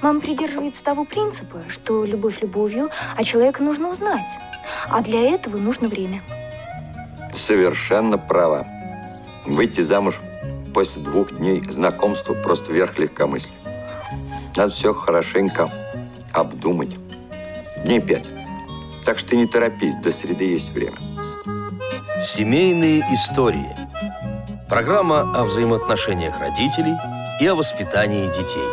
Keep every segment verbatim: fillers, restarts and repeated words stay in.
Мама придерживается того принципа, что любовь любовью, а человека нужно узнать. А для этого нужно время. Совершенно права. Выйти замуж после двух дней знакомства просто верх легкомыслия. Надо все хорошенько обдумать. Дней пять. Так что не торопись, до среды есть время. Семейные истории. Программа о взаимоотношениях родителей и о воспитании детей.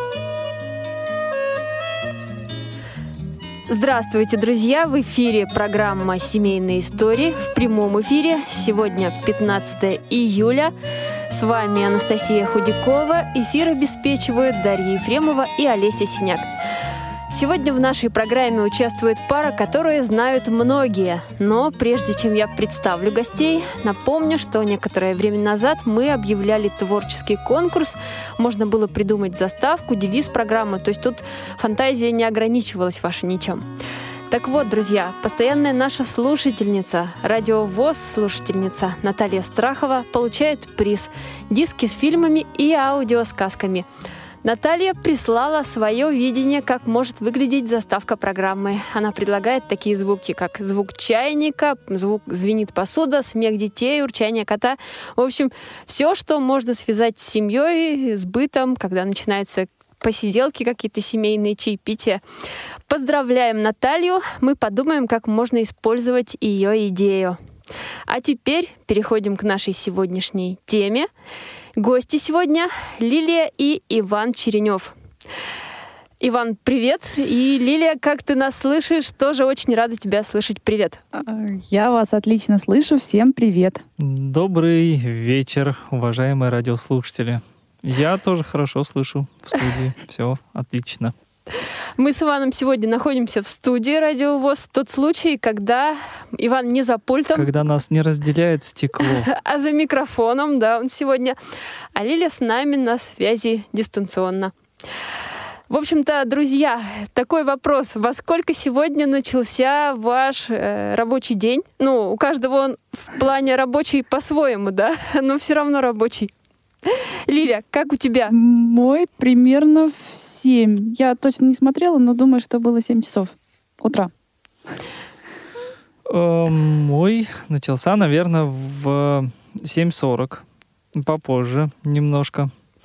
Здравствуйте, друзья! В эфире программа «Семейные истории» в прямом эфире. Сегодня пятнадцатое июля. С вами Анастасия Худякова. Эфир обеспечивают Дарья Ефремова и Олеся Синяк. Сегодня в нашей программе участвует пара, которую знают многие. Но прежде чем я представлю гостей, напомню, что некоторое время назад мы объявляли творческий конкурс. Можно было придумать заставку, девиз программы. То есть тут фантазия не ограничивалась ваша ничем. Так вот, друзья, постоянная наша слушательница, Радио ВОС слушательница Наталья Страхова получает приз – диски с фильмами и аудиосказками. Наталья прислала свое видение, как может выглядеть заставка программы. Она предлагает такие звуки, как звук чайника, звук звенит посуда, смех детей, урчание кота. В общем, все, что можно связать с семьей, с бытом, когда начинаются посиделки, какие-то семейные чаепития. Поздравляем Наталью. Мы подумаем, как можно использовать ее идею. А теперь переходим к нашей сегодняшней теме. Гости сегодня Лилия и Иван Черенев. Иван, привет. И Лилия, как ты нас слышишь? Тоже очень рада тебя слышать. Привет. Я вас отлично слышу. Всем привет. Добрый вечер, уважаемые радиослушатели. Я тоже хорошо слышу в студии. Все отлично. Мы с Иваном сегодня находимся в студии Радио ВОС. Тот случай, когда Иван не за пультом. Когда нас не разделяет стекло. А за микрофоном, да, он сегодня. А Лилия с нами на связи дистанционно. В общем-то, друзья, такой вопрос. Во сколько сегодня начался ваш э, рабочий день? Ну, у каждого он в плане рабочий по-своему, да, но все равно рабочий. Лиля, как у тебя? Мой примерно в семь. Я точно не смотрела, но думаю, что было семь часов утра. Мой начался, наверное, в семь сорок. Попозже немножко.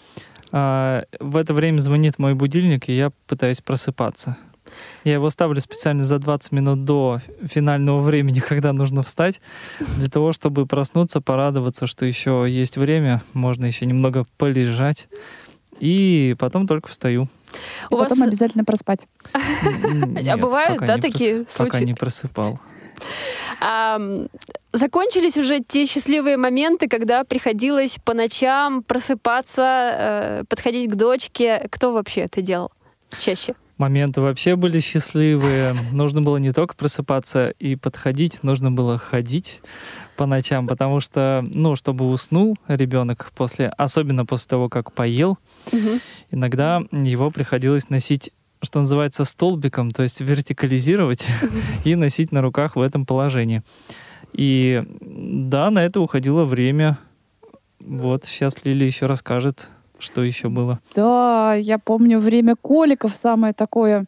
В это время звонит мой будильник, и я пытаюсь просыпаться. Я его ставлю специально за двадцать минут до финального времени, когда нужно встать, для того, чтобы проснуться, порадоваться, что еще есть время, можно еще немного полежать, и потом только встаю. И У потом вас... обязательно проспать. Нет, а бывают, да, такие прос... случаи? Пока не просыпал. А, закончились уже те счастливые моменты, когда приходилось по ночам просыпаться, подходить к дочке. Кто вообще это делал чаще? Моменты вообще были счастливые. Нужно было не только просыпаться и подходить, нужно было ходить по ночам, потому что, ну, чтобы уснул ребенок после, особенно после того, как поел, угу. иногда его приходилось носить, что называется, столбиком, то есть вертикализировать и носить на руках в этом положении. И да, на это уходило время. Вот сейчас Лилия еще расскажет, что еще было. Да, я помню время коликов самое такое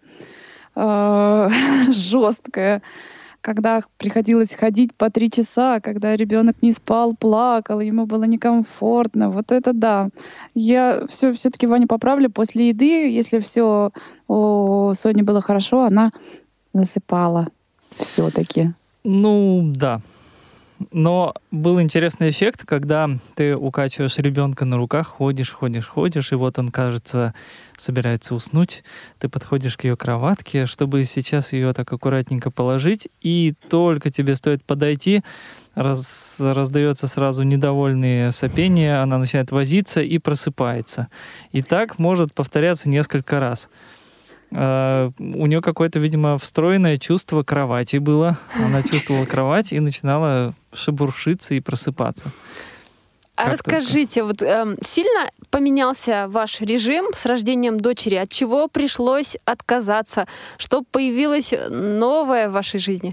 э, жесткое, когда приходилось ходить по три часа, когда ребенок не спал, плакал, ему было некомфортно. Вот это да. Я все, все-таки Ваню поправлю. После еды, если все у Сони было хорошо, она засыпала все-таки. Ну, да. Но был интересный эффект, когда ты укачиваешь ребенка на руках, ходишь, ходишь, ходишь, и вот он, кажется, собирается уснуть. Ты подходишь к ее кроватке, чтобы сейчас ее так аккуратненько положить, и только тебе стоит подойти, раз, раздается сразу недовольное сопение, она начинает возиться и просыпается. И так может повторяться несколько раз. Uh, у нее какое-то, видимо, встроенное чувство кровати было. Она чувствовала кровать и начинала шебуршиться и просыпаться. А как расскажите, только. вот эм, сильно поменялся ваш режим с рождением дочери? От чего пришлось отказаться? Что появилось новое в вашей жизни?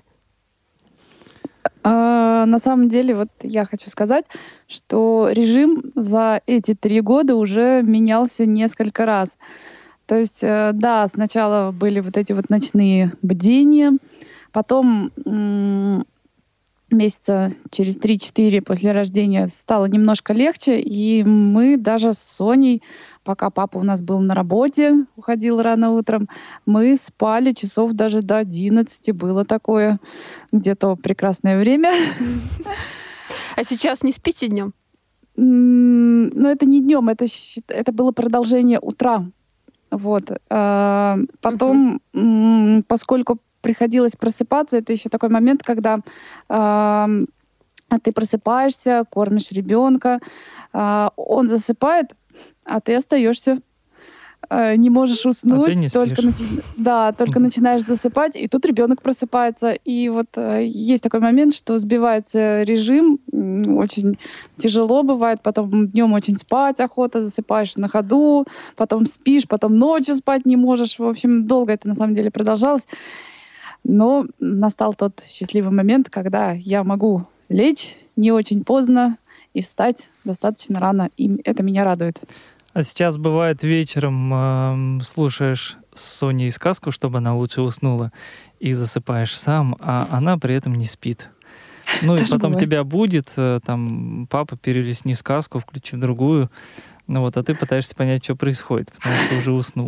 А, на самом деле, вот я хочу сказать, что режим за эти три года уже менялся несколько раз. То есть, э, да, сначала были вот эти вот ночные бдения, потом м- месяца через три-четыре после рождения стало немножко легче, и мы даже с Соней, пока папа у нас был на работе, уходил рано утром, мы спали часов даже до одиннадцати. Было такое где-то прекрасное время. А сейчас не спите днем? М, Но это не днем, это, щ- это было продолжение утра. Вот. А, Потом, м, поскольку приходилось просыпаться, это еще такой момент, когда а, ты просыпаешься, кормишь ребенка, а, он засыпает, а ты остаешься, а, не можешь уснуть, А ты не только, спишь. начи- да, только начинаешь засыпать, и тут ребенок просыпается. И вот э, есть такой момент, что сбивается режим, м, очень тяжело бывает, потом днем очень спать охота, засыпаешь на ходу, потом спишь, потом ночью спать не можешь. В общем, долго это на самом деле продолжалось. Но настал тот счастливый момент, когда я могу лечь не очень поздно и встать достаточно рано. И это меня радует. А сейчас бывает вечером эм, слушаешь с Соней сказку, чтобы она лучше уснула, и засыпаешь сам, а она при этом не спит. Ну и Тоже потом бывает. тебя будет, э, там, папа, перелистни сказку, включи другую, ну вот, а ты пытаешься понять, что происходит, потому что уже уснул.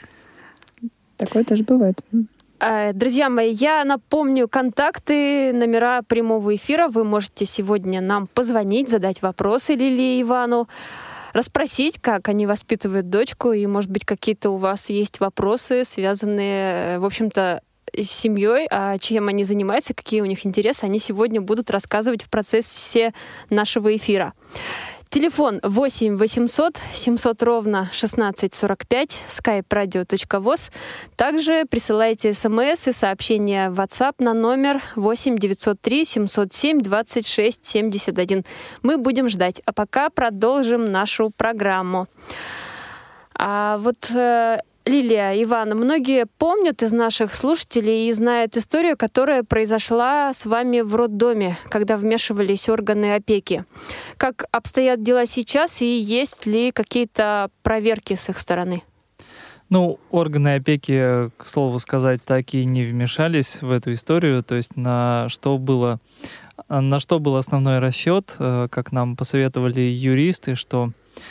Такое тоже бывает. Э, Друзья мои, я напомню контакты, номера прямого эфира. Вы можете сегодня нам позвонить, задать вопросы Лилии и Ивану, расспросить, как они воспитывают дочку, и, может быть, какие-то у вас есть вопросы, связанные, в общем-то, с семьей, а чем они занимаются, какие у них интересы, они сегодня будут рассказывать в процессе нашего эфира. Телефон восемь восемьсот семьсот ровно шестнадцать сорок пять, skype radio точка voz. Также присылайте смс и сообщения в WhatsApp на номер восемь девятьсот три семьсот семь двадцать шесть семьдесят один. Мы будем ждать. А пока продолжим нашу программу. А вот э, Лилия, Иван, многие помнят из наших слушателей и знают историю, которая произошла с вами в роддоме, когда вмешивались органы опеки. Как обстоят дела сейчас и есть ли какие-то проверки с их стороны? Ну, органы опеки, к слову сказать, так и не вмешались в эту историю. То есть на что было, на что был основной расчет, э, как нам посоветовали юристы, что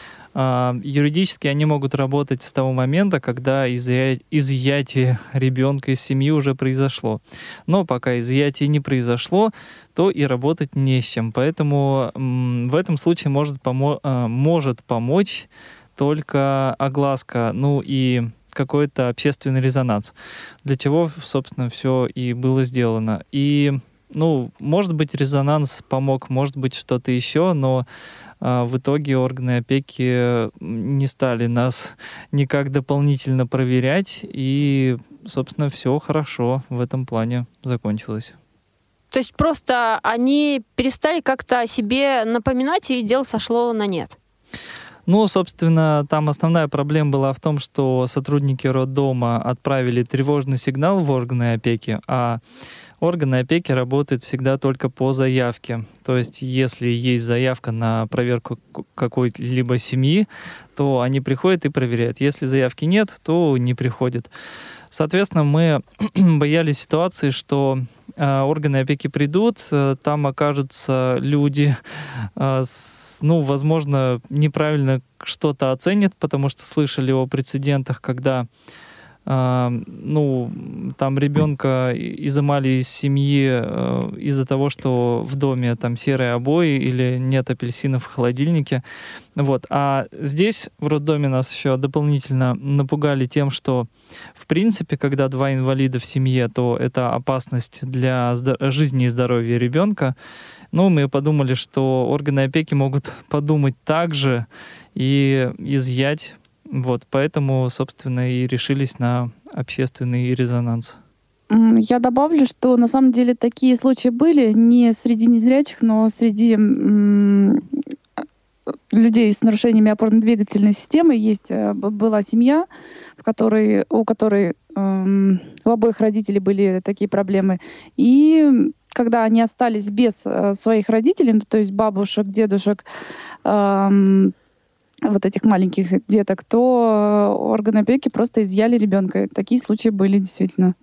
э, юридически они могут работать с того момента, когда изъя- изъятие ребенка из семьи уже произошло. Но пока изъятие не произошло, то и работать не с чем. Поэтому м, в этом случае может, помо- э, может помочь только огласка, ну и какой-то общественный резонанс, для чего, собственно, все и было сделано. И, ну, может быть, резонанс помог, может быть, что-то еще, но а, в итоге органы опеки не стали нас никак дополнительно проверять, и, собственно, все хорошо в этом плане закончилось. То есть просто они перестали как-то о себе напоминать, и дело сошло на нет? Ну, собственно, там основная проблема была в том, что сотрудники роддома отправили тревожный сигнал в органы опеки, а органы опеки работают всегда только по заявке. То есть, если есть заявка на проверку какой-либо семьи, то они приходят и проверяют. Если заявки нет, то не приходят. Соответственно, мы боялись ситуации, что э, органы опеки придут, э, там окажутся люди, э, с, ну, возможно, неправильно что-то оценят, потому что слышали о прецедентах, когда э, ну, там ребенка изымали из семьи э, из-за того, что в доме там серые обои или нет апельсинов в холодильнике. Вот. А здесь в роддоме нас еще дополнительно напугали тем, что в принципе, когда два инвалида в семье, то это опасность для здо- жизни и здоровья ребенка. Ну, мы подумали, что органы опеки могут подумать так же и изъять. Вот, поэтому, собственно, и решились на общественный резонанс. М, Я добавлю, что на самом деле такие случаи были не среди незрячих, но среди м, людей с нарушениями опорно-двигательной системы. Есть э, б- была семья, в которой, у которой эм, у обоих родителей были такие проблемы. И когда они остались без э, своих родителей, ну, то есть бабушек, дедушек, эм, вот этих маленьких деток, то органы опеки просто изъяли ребенка. Такие случаи были действительно.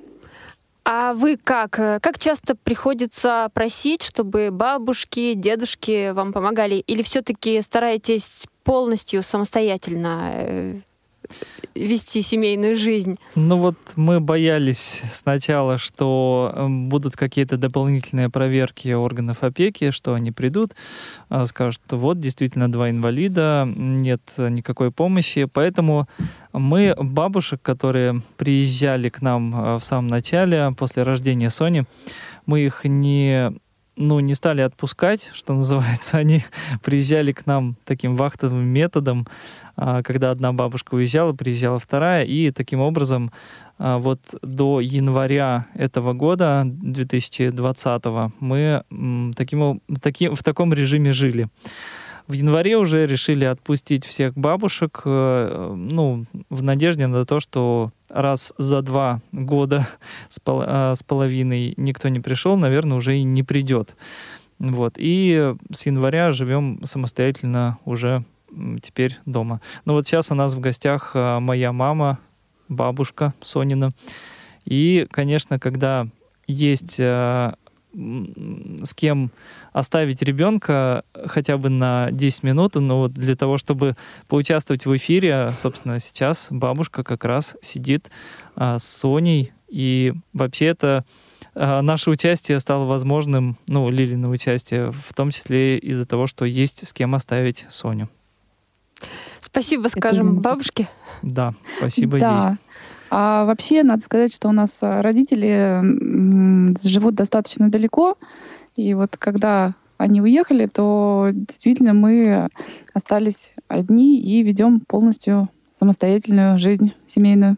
А вы как? Как часто приходится просить, чтобы бабушки, дедушки вам помогали? Или все-таки стараетесь полностью самостоятельно вести семейную жизнь? Ну вот мы боялись сначала, что будут какие-то дополнительные проверки органов опеки, что они придут, скажут, что вот действительно два инвалида, нет никакой помощи. Поэтому мы бабушек, которые приезжали к нам в самом начале, после рождения Сони, мы их не... ну, не стали отпускать, что называется. Они приезжали к нам таким вахтовым методом, когда одна бабушка уезжала, приезжала вторая, и таким образом вот до января этого года, две тысячи двадцатого, мы таким, таким, в таком режиме жили. В январе уже решили отпустить всех бабушек, ну, в надежде на то, что раз за два года с, пол, с половиной никто не пришел, наверное, уже и не придет. Вот. И с января живем самостоятельно уже теперь дома. Но вот сейчас у нас в гостях моя мама, бабушка Сонина. И, конечно, когда есть с кем оставить ребенка хотя бы на десять минут, но вот для того, чтобы поучаствовать в эфире, собственно, сейчас бабушка как раз сидит а, с Соней, и вообще это а, наше участие стало возможным, ну, Лилино участие, в том числе из-за того, что есть с кем оставить Соню. Спасибо, скажем, это... бабушке. Да, спасибо да. ей. А вообще, надо сказать, что у нас родители живут достаточно далеко, и вот когда они уехали, то действительно мы остались одни и ведем полностью самостоятельную жизнь семейную.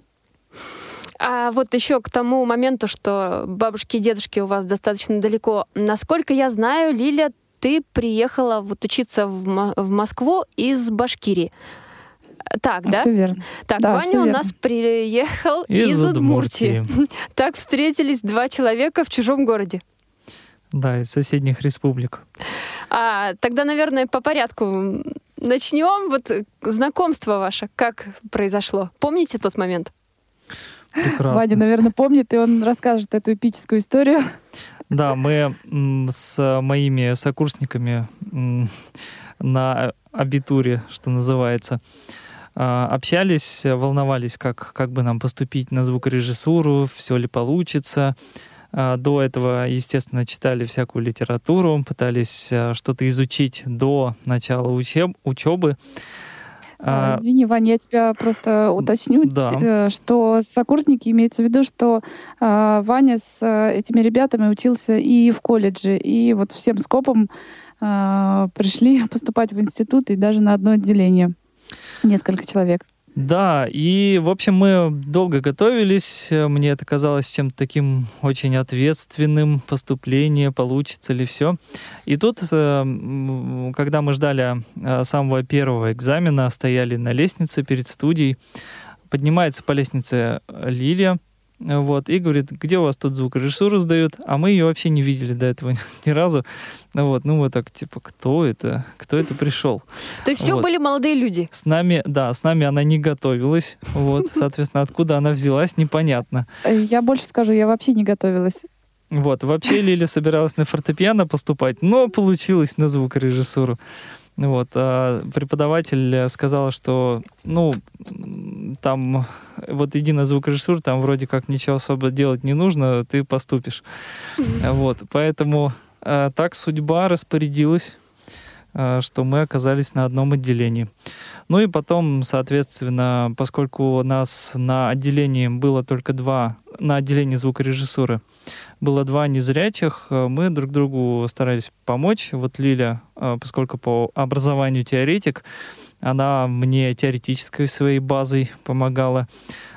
А вот еще к тому моменту, что бабушки и дедушки у вас достаточно далеко. Насколько я знаю, Лиля, ты приехала вот учиться в, М- в Москву из Башкирии. Так, да? Все верно. Так, да, Ваня у нас приехал из, из Удмуртии. Удмуртии. Так встретились два человека в чужом городе. Да, из соседних республик. А, тогда, наверное, по порядку начнем. Вот знакомство ваше, как произошло? Помните тот момент? Прекрасно. Ваня, наверное, помнит, и он расскажет эту эпическую историю. Да, мы с моими сокурсниками на абитуре, что называется, общались, волновались, как, как бы нам поступить на звукорежиссуру, все ли получится. До этого, естественно, читали всякую литературу, пытались что-то изучить до начала учеб, учебы. Извини, Ваня, я тебя просто уточню, да. что сокурсники, имеется в виду, что э, Ваня с этими ребятами учился и в колледже, и вот всем скопом э, пришли поступать в институт, и даже на одно отделение. Несколько человек. Да, и, в общем, мы долго готовились. Мне это казалось чем-то таким очень ответственным. Поступление, получится ли все. И тут, когда мы ждали самого первого экзамена, стояли на лестнице перед студией, поднимается по лестнице Лилия, вот, и говорит, где у вас тут звукорежиссуру сдают? А мы ее вообще не видели до этого ни разу. Вот, ну вот так, типа, кто это? Кто это пришел? То есть все вот. Были молодые люди? С нами, да, с нами она не готовилась. Вот, соответственно, откуда она взялась, непонятно. Я больше скажу, я вообще не готовилась. Вот, вообще Лиля собиралась на фортепиано поступать, но получилось на звукорежиссуру. Вот, а преподаватель сказал, что, ну, там, вот иди на звукорежиссуру, там вроде как ничего особо делать не нужно, ты поступишь. Вот, поэтому а, так судьба распорядилась, а, что мы оказались на одном отделении. Ну и потом, соответственно, поскольку у нас на отделении было только два, на отделении звукорежиссуры было два незрячих, мы друг другу старались помочь. Вот Лиля, поскольку по образованию теоретик, она мне теоретической своей базой помогала.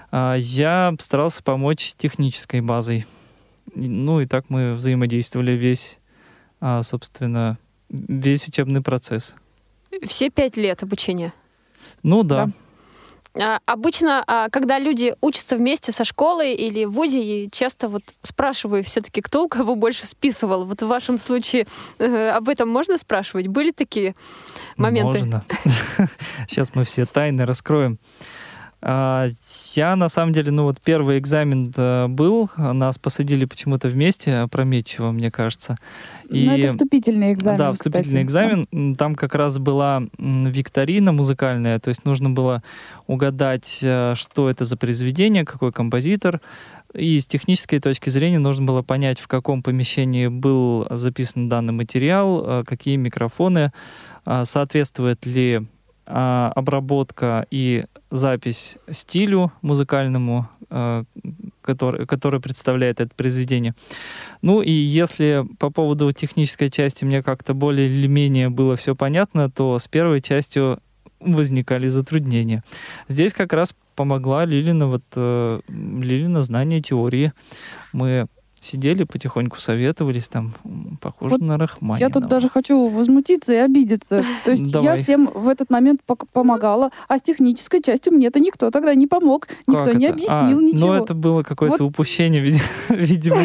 Я старался помочь технической базой. Ну и так мы взаимодействовали весь, собственно, весь учебный процесс. Все пять лет обучения? Ну да. да. А, обычно, а, когда люди учатся вместе со школой или в вузе, и часто вот спрашиваю все-таки, кто у кого больше списывал. Вот в вашем случае э, об этом можно спрашивать? Были такие моменты? Можно. Сейчас мы все тайны раскроем. Я, на самом деле, ну вот первый экзамен был, нас посадили почему-то вместе, опрометчиво, мне кажется. И... Ну, это вступительный экзамен, Да, вступительный кстати. экзамен. Там как раз была викторина музыкальная, то есть нужно было угадать, что это за произведение, какой композитор. И с технической точки зрения нужно было понять, в каком помещении был записан данный материал, какие микрофоны, соответствует ли обработка и запись стилю музыкальному, который, который представляет это произведение. Ну и если по поводу технической части мне как-то более или менее было все понятно, то с первой частью возникали затруднения. Здесь как раз помогла Лилина, вот, Лилина знание теории. Мы сидели, потихоньку советовались, там, похоже вот на Рахманинова. Я тут даже хочу возмутиться и обидеться. То есть Давай. я всем в этот момент помогала, а с технической частью мне-то никто тогда не помог, никто Как не это? объяснил а, ничего. Ну, это было какое-то Вот. упущение, видимо.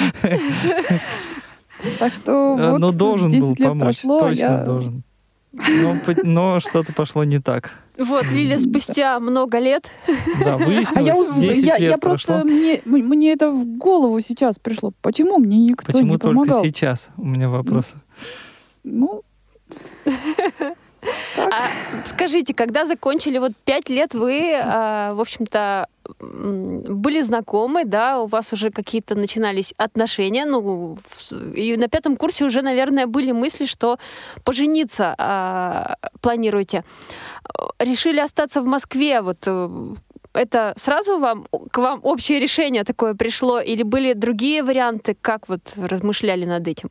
Так что вот Но должен был десять лет помочь, прошло, точно я- должен. Но, по- но что-то пошло не так. Вот, Лиля, спустя много лет. Да, А я, выяснилось, уз- десять я, лет я просто, прошло. мне, м- мне это в голову сейчас пришло. Почему мне никто Почему не только помогал? сейчас? У меня вопрос. Ну, А скажите, когда закончили вот пять лет, вы, а, в общем-то, м, были знакомы, да, у вас уже какие-то начинались отношения, ну, в- и на пятом курсе уже, наверное, были мысли, что пожениться а, планируете. Решили остаться в Москве, вот э, это сразу вам, к вам общее решение такое пришло, или были другие варианты, как вот размышляли над этим?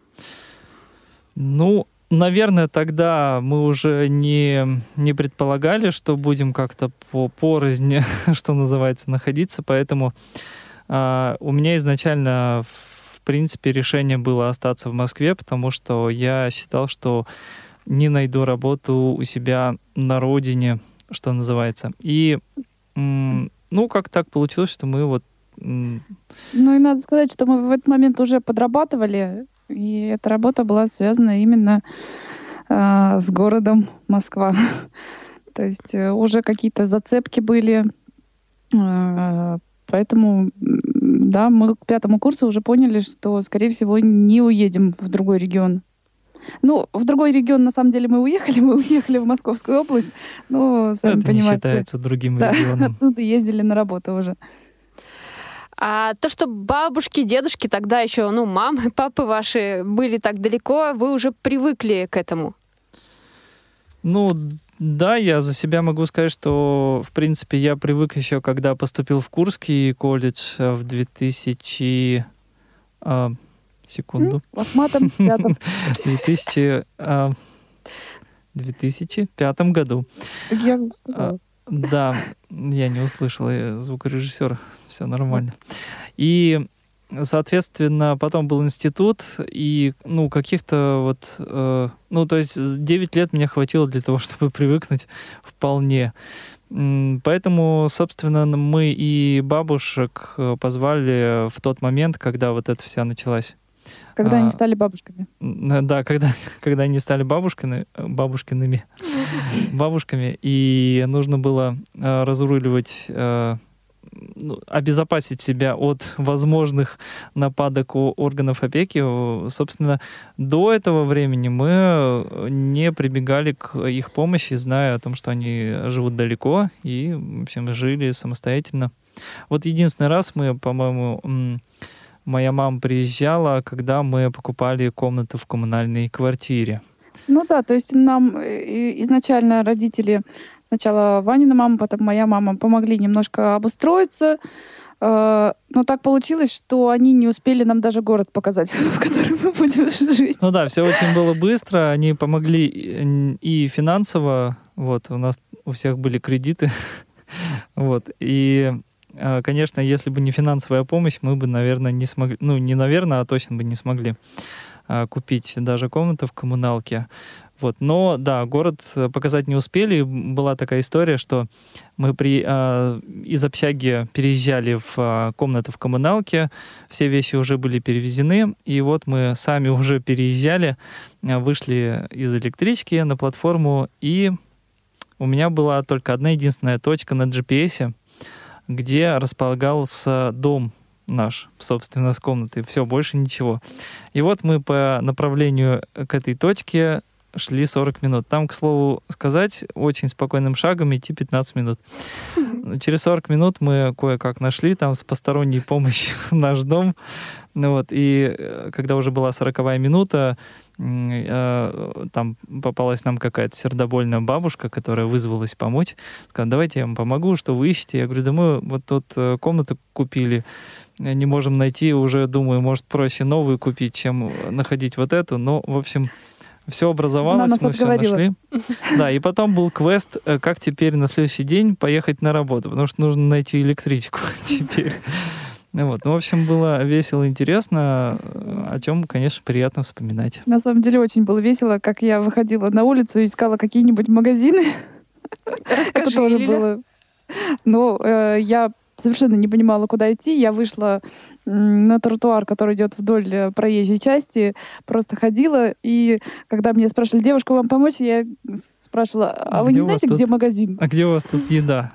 Ну, наверное, тогда мы уже не, не предполагали, что будем как-то по порознь, что называется, находиться, поэтому а, у меня изначально, в принципе, решение было остаться в Москве, потому что я считал, что не найду работу у себя на родине, что называется. И, м, ну, как так получилось, что мы вот... м, ну и надо сказать, что мы в этот момент уже подрабатывали, и эта работа была связана именно а, с городом Москва. То есть э, уже какие-то зацепки были. А, Поэтому, м, да, мы к пятому курсу уже поняли, что, скорее всего, не уедем в другой регион. Ну, в другой регион, на самом деле, мы уехали. Мы уехали в Московскую область. Ну, сами это не понимаете. считается другим Да, регионом. оттуда ездили на работу уже. А то, что бабушки, дедушки тогда еще, ну, мамы, папы ваши были так далеко, вы уже привыкли к этому? Ну, да, я за себя могу сказать, что, в принципе, я привык еще, когда поступил в Курский колледж э, в две тысячи... а, секунду. В лохматом пятом. две тысячи, а, две тысячи пятом году. Так я уже сказала. Да, я не услышал, я звукорежиссер, все нормально. И, соответственно, потом был институт, и, ну, каких-то вот, э, ну, то есть девять лет мне хватило для того, чтобы привыкнуть вполне. М, Поэтому, собственно, мы и бабушек э, позвали в тот момент, когда вот это вся началась. Когда а, они стали бабушками. Н- Да, когда, когда они стали бабушками, бабушкиными, бабушками, и нужно было э, разруливать, э, ну, обезопасить себя от возможных нападок у органов опеки. О, Собственно, до этого времени мы не прибегали к их помощи, зная о том, что они живут далеко и, в общем, жили самостоятельно. Вот единственный раз мы, по-моему, м, моя мама приезжала, когда мы покупали комнату в коммунальной квартире. Ну да, то есть нам э, и- изначально родители, сначала Ванина мама, потом моя мама, помогли немножко обустроиться. Э, Но так получилось, что они не успели нам даже город показать, в котором мы будем жить. Ну да, все очень было быстро. Они помогли и и финансово. Вот, у нас у всех были кредиты. Вот. И, э, конечно, если бы не финансовая помощь, мы бы, наверное, не смогли. Ну, не наверное, а точно бы не смогли. а, купить даже комнату в коммуналке. Вот. Но, да, город показать не успели. Была такая история, что мы при, э, из общаги переезжали в э, комнату в коммуналке, все вещи уже были перевезены, и вот мы сами уже переезжали, э, вышли из электрички на платформу, и у меня была только одна единственная точка на джи пи эс, где располагался дом наш, собственно, с комнатой. Все, больше ничего. И вот мы по направлению к этой точке шли сорок минут. Там, к слову сказать, очень спокойным шагом идти пятнадцать минут. Через сорок минут мы кое-как нашли там с посторонней помощью наш дом. Ну вот, и когда уже была сороковая минута, э, там попалась нам какая-то сердобольная бабушка, которая вызвалась помочь. Сказала, давайте я вам помогу, что вы ищете. Я говорю, да мы вот тут комнату купили, не можем найти, уже думаю, может проще новую купить, чем находить вот эту. Но, в общем, все образовалось, мы все нашли. Да, и потом был квест, как теперь на следующий день поехать на работу, потому что нужно найти электричку теперь. Вот. Ну, в общем, было весело, интересно, о чем, конечно, приятно вспоминать. На самом деле очень было весело, как я выходила на улицу и искала какие-нибудь магазины. Расскажи, Это тоже Лиля. было. Ну, э, я совершенно не понимала, куда идти. Я вышла на тротуар, который идет вдоль проезжей части, просто ходила, и когда меня спрашивали, девушка, вам помочь? Я спрашивала, а вы Где не у вас знаете, тут- где магазин? А где у вас тут еда?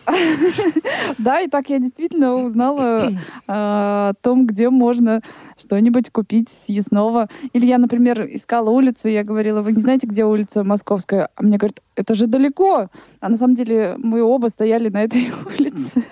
Да, и так я действительно узнала э, о том, где можно что-нибудь купить съестного. Или я, например, искала улицу, и я говорила, вы не знаете, где улица Московская? А мне говорят, это же далеко. А на самом деле мы оба стояли на этой улице.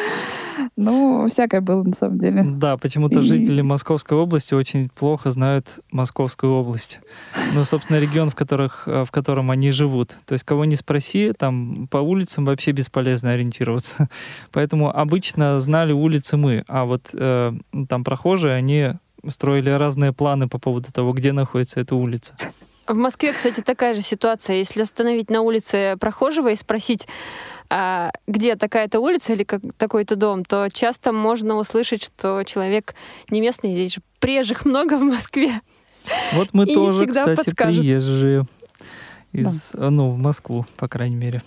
Ну, всякое было на самом деле. Да, почему-то И- жители Московской области очень плохо знают Московскую область. Ну, собственно, регион, в, которых, в котором они живут. То есть, кого не спроси, там по улицам вообще бесполезно ориентироваться. Поэтому обычно знали улицы мы, а вот э, там прохожие, они строили разные планы по поводу того, где находится эта улица. В Москве, кстати, такая же ситуация. Если остановить на улице прохожего и спросить, а, где такая-то улица или как, такой-то дом, то часто можно услышать, что человек не местный, здесь же приезжих много в Москве. Вот мы И не тоже, всегда кстати, подскажут. приезжие. Из, ну, в Москву, по крайней мере.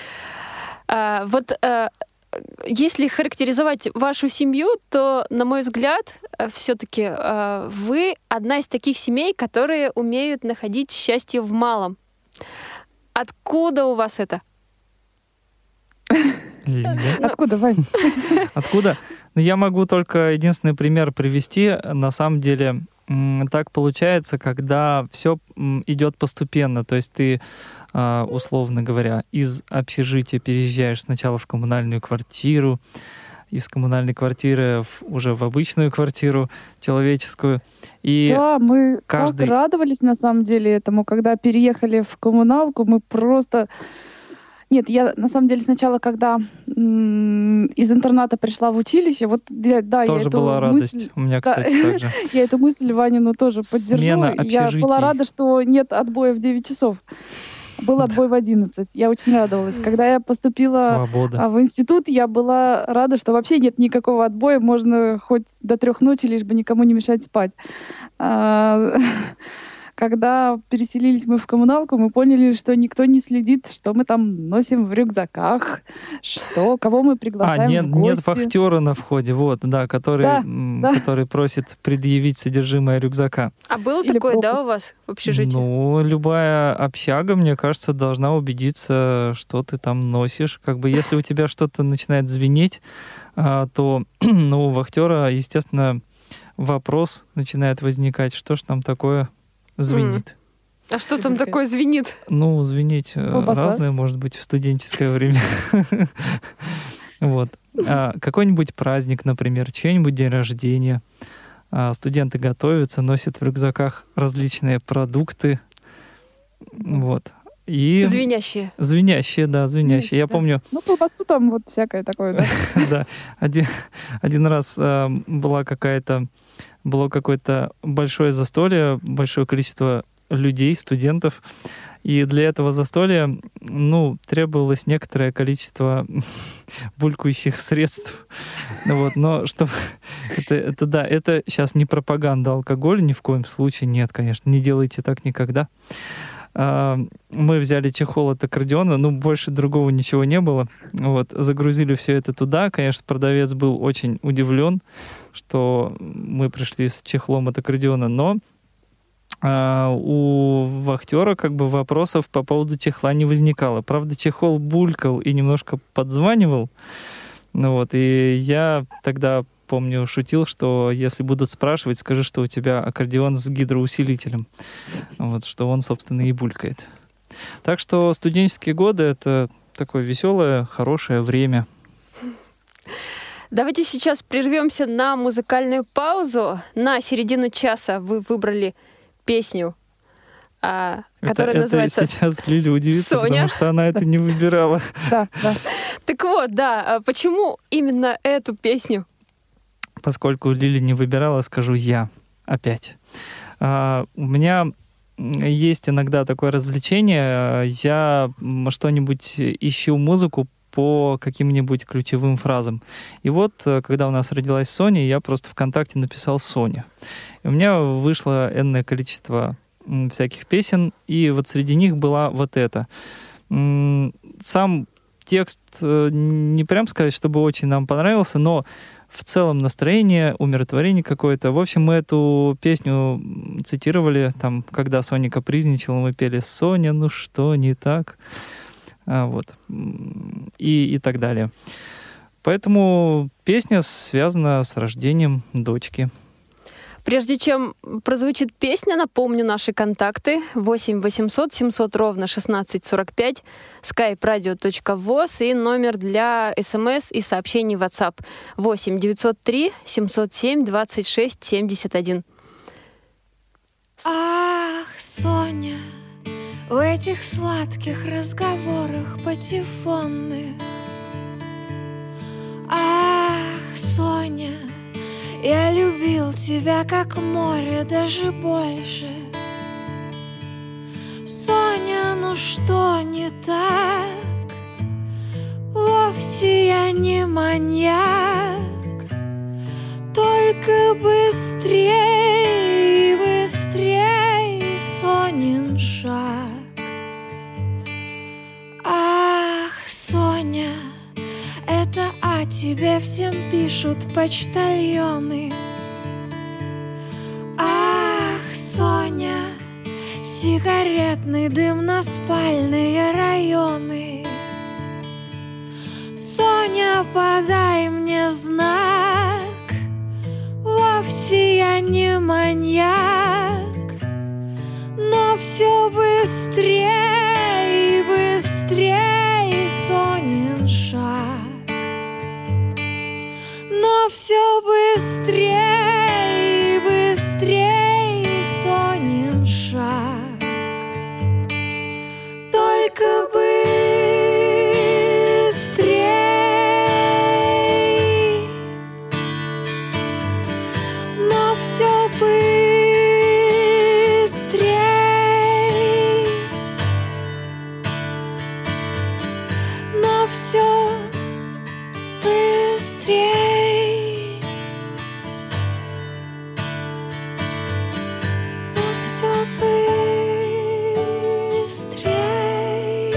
А, вот а, если характеризовать вашу семью, то, на мой взгляд, все-таки вы одна из таких семей, которые умеют находить счастье в малом. Откуда у вас это? Лиля. Откуда, Вань? Откуда? Ну, я могу только единственный пример привести. На самом деле м, так получается, когда все идет постепенно. То есть ты, а, условно говоря, из общежития переезжаешь сначала в коммунальную квартиру, из коммунальной квартиры в- уже в обычную квартиру человеческую. И Да, мы каждый- так радовались на самом деле этому, когда переехали в коммуналку, мы просто... Нет, я на самом деле сначала, когда м, из интерната пришла в училище, вот я- да, тоже я эту была радость. мысль, У меня, да, кстати, так же. я эту мысль Ванину тоже поддержу. Смена Я общежитий. была рада, что нет отбоя в девять часов. Был отбой в одиннадцать. Я очень радовалась. Когда я поступила Свобода. а в институт, я была рада, что вообще нет никакого отбоя, можно хоть до трех ночи, лишь бы никому не мешать спать. А, Когда переселились мы в коммуналку, мы поняли, что никто не следит, что мы там носим в рюкзаках, что кого мы приглашаем А, нет, в гости. нет вахтера на входе, вот, да, который, Да, м, да. который просит предъявить содержимое рюкзака. А было Или такое, да, пропуск. у вас в общежитии? Ну, любая общага, мне кажется, должна убедиться, что ты там носишь. Как бы если у тебя что-то начинает звенеть, а, то ну, у вахтера, естественно, вопрос начинает возникать, что ж там такое звенит. А что там такое звенит? Ну, звенеть э, Колбаса. разное может быть в студенческое время. Вот. А, Какой-нибудь праздник, например, чей-нибудь день рождения. А, Студенты готовятся, носят в рюкзаках различные продукты. Вот. И Звенящие. звенящие, да, звенящие. Я да. помню, Ну, колбасу там вот всякое такое, да. да, один, один раз э, была какая-то, было какое-то большое застолье, большое количество людей, студентов, и для этого застолья, ну, требовалось некоторое количество булькающих средств. Ну вот, но чтобы, Это, это да, это сейчас не пропаганда алкоголя, ни в коем случае, нет, конечно, не делайте так никогда. Мы взяли чехол от аккордеона, ну, больше другого ничего не было. Вот, загрузили все это туда. Конечно, продавец был очень удивлен, что мы пришли с чехлом от аккордеона, но а, у вахтера как бы вопросов по поводу чехла не возникало. Правда, чехол булькал и немножко подзванивал. Ну, вот, и я тогда, помню, шутил, что если будут спрашивать, скажи, что у тебя аккордеон с гидроусилителем. Вот, что он, собственно, и булькает. Так что студенческие годы — это такое веселое, хорошее время. Давайте сейчас прервемся на музыкальную паузу. На середину часа вы выбрали песню, а, которая это, называется это сейчас Лиля удивится, «Соня». Потому что она это не выбирала. Да, да. Так вот, да, почему именно эту песню? Поскольку Лиля не выбирала, скажу я опять. А, у меня есть иногда такое развлечение. Я что-нибудь ищу музыку по каким-нибудь ключевым фразам. И вот, когда у нас родилась Соня, я просто ВКонтакте написал «Соня». И у меня вышло энное количество всяких песен, и вот среди них была вот эта. Сам текст не прям сказать, чтобы очень нам понравился, но в целом настроение, умиротворение какое-то. В общем, мы эту песню цитировали, там, когда Соня капризничала, мы пели «Соня, ну что не так?» а, вот. и, и так далее. Поэтому песня связана с рождением дочки. Прежде чем прозвучит песня, напомню наши контакты: восемь восемьсот семьсот ровно шестнадцать сорок пять, skype radio точка voz и номер для смс и сообщений в WhatsApp восемь девятьсот три семьсот семь двадцать шесть семьдесят один. Ах, Соня, в этих сладких разговорах патефонных. Ах, Соня, я любил тебя, как море, даже больше. Соня, ну что не так? Вовсе я не маньяк. Только быстрей, быстрей, Сонин шаг. Ах, Соня, это о тебе всем пишут почтальоны. Ах, Соня, сигаретный дым на спальные районы. Соня, подай мне знак. Вовсе я не маньяк, но все быстрее, быстрее, Сонин шаг. Но все быстрее, быстрее, Сонин шаг. Только быстрее, но все быстрее, но все быстрее, но все быстрее.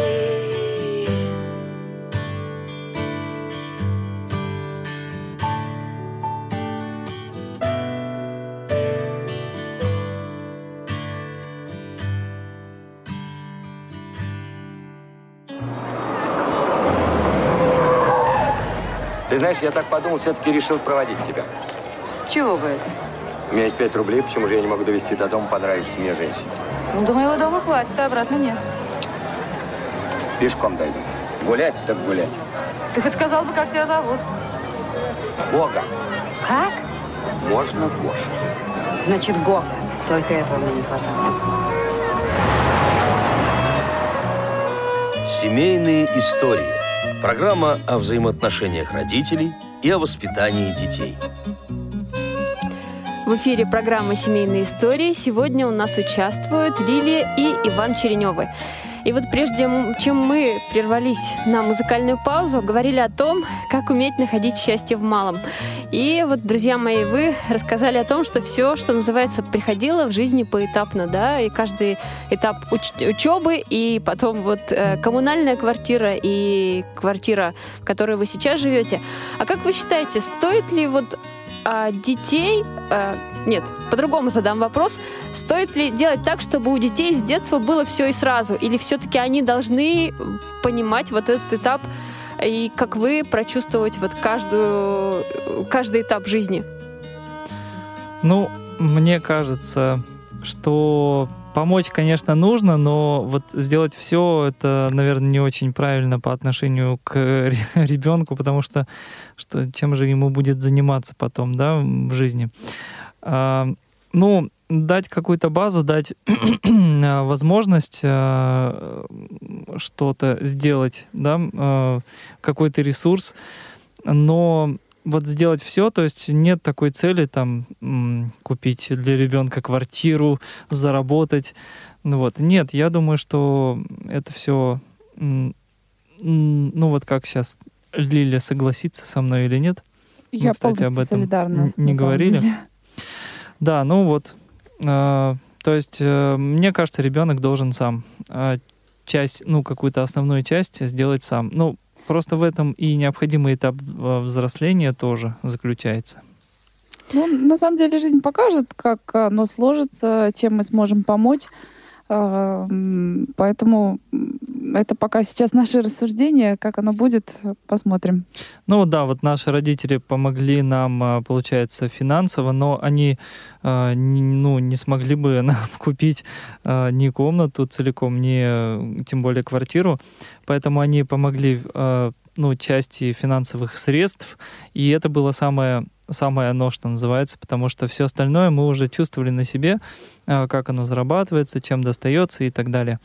Ты знаешь, я так подумал, все-таки решил проводить тебя. С чего бы это? У меня есть пять рублей, почему же я не могу довести до дома понравившейся мне женщине? Ну, до моего дома хватит, а обратно нет. Пешком дойду. Гулять, так гулять. Ты хоть сказал бы, как тебя зовут? Бога. Как? Можно Гоша. Значит, Гоша. Только этого мне не хватало. Семейные истории. Программа о взаимоотношениях родителей и о воспитании детей. В эфире программа «Семейные истории». Сегодня у нас участвуют Лилия и Иван Черенёвы. И вот прежде чем мы прервались на музыкальную паузу, говорили о том, как уметь находить счастье в малом. И вот, друзья мои, вы рассказали о том, что все, что называется, приходило в жизни поэтапно, да, и каждый этап уч- учебы, и потом вот э, коммунальная квартира и квартира, в которой вы сейчас живете. А как вы считаете, стоит ли вот а, детей... А, нет, по-другому задам вопрос. Стоит ли делать так, чтобы у детей с детства было все и сразу? Или все-таки они должны понимать вот этот этап и, как вы, прочувствовать вот каждую, каждый этап жизни? Ну, мне кажется, что помочь, конечно, нужно, но вот сделать все, это, наверное, не очень правильно по отношению к ребенку, потому что, что чем же ему будет заниматься потом, да, в жизни. А, ну, дать какую-то базу, дать возможность а, что-то сделать, да, а, какой-то ресурс, но вот сделать все, то есть нет такой цели там купить для ребенка квартиру, заработать. Ну вот, нет, я думаю, что это все, ну вот как сейчас Лиля согласится со мной или нет? Я, Мы, кстати, об этом солидарна, не говорили. Деле. Да, ну вот, э, то есть э, мне кажется, ребенок должен сам э, часть, ну какую-то основную часть сделать сам. Ну просто в этом и необходимый этап взросления тоже заключается. Ну, на самом деле жизнь покажет, как оно сложится, чем мы сможем помочь. Поэтому это пока сейчас наши рассуждения. Как оно будет, посмотрим. Ну да, вот наши родители помогли нам, получается, финансово, но они ну, не смогли бы нам купить ни комнату целиком, ни тем более квартиру. Поэтому они помогли ну, части финансовых средств, и это было самое самое оно, что называется, потому что все остальное мы уже чувствовали на себе, как оно зарабатывается, чем достается и так далее.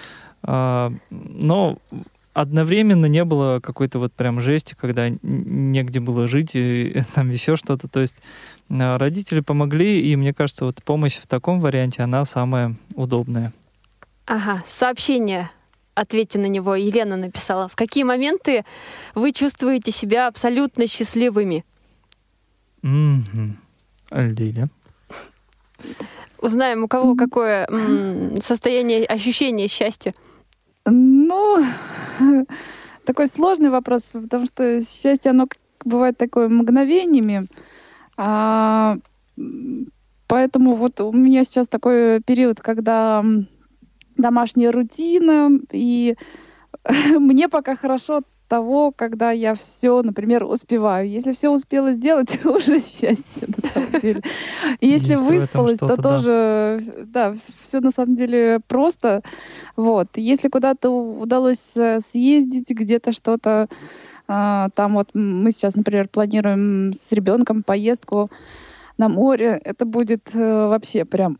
Но одновременно не было какой-то вот прям жести, когда негде было жить и там еще что-то. То есть родители помогли, и мне кажется, вот помощь в таком варианте, она самая удобная. Ага, сообщение. Ответьте на него. Елена написала. В какие моменты вы чувствуете себя абсолютно счастливыми? Mm-hmm. Лиля. Узнаем, у кого какое м- состояние, ощущение счастья. Ну, такой сложный вопрос, потому что счастье, оно бывает такое мгновениями. А, поэтому вот у меня сейчас такой период, когда домашняя рутина, и мне пока хорошо от того, когда я все, например, успеваю. Если все успела сделать, уже счастье, на самом деле. И если Есть выспалась, то да. тоже, да, все на самом деле просто. Вот. Если куда-то удалось съездить, где-то что-то, там вот мы сейчас, например, планируем с ребенком поездку на море, это будет вообще прям...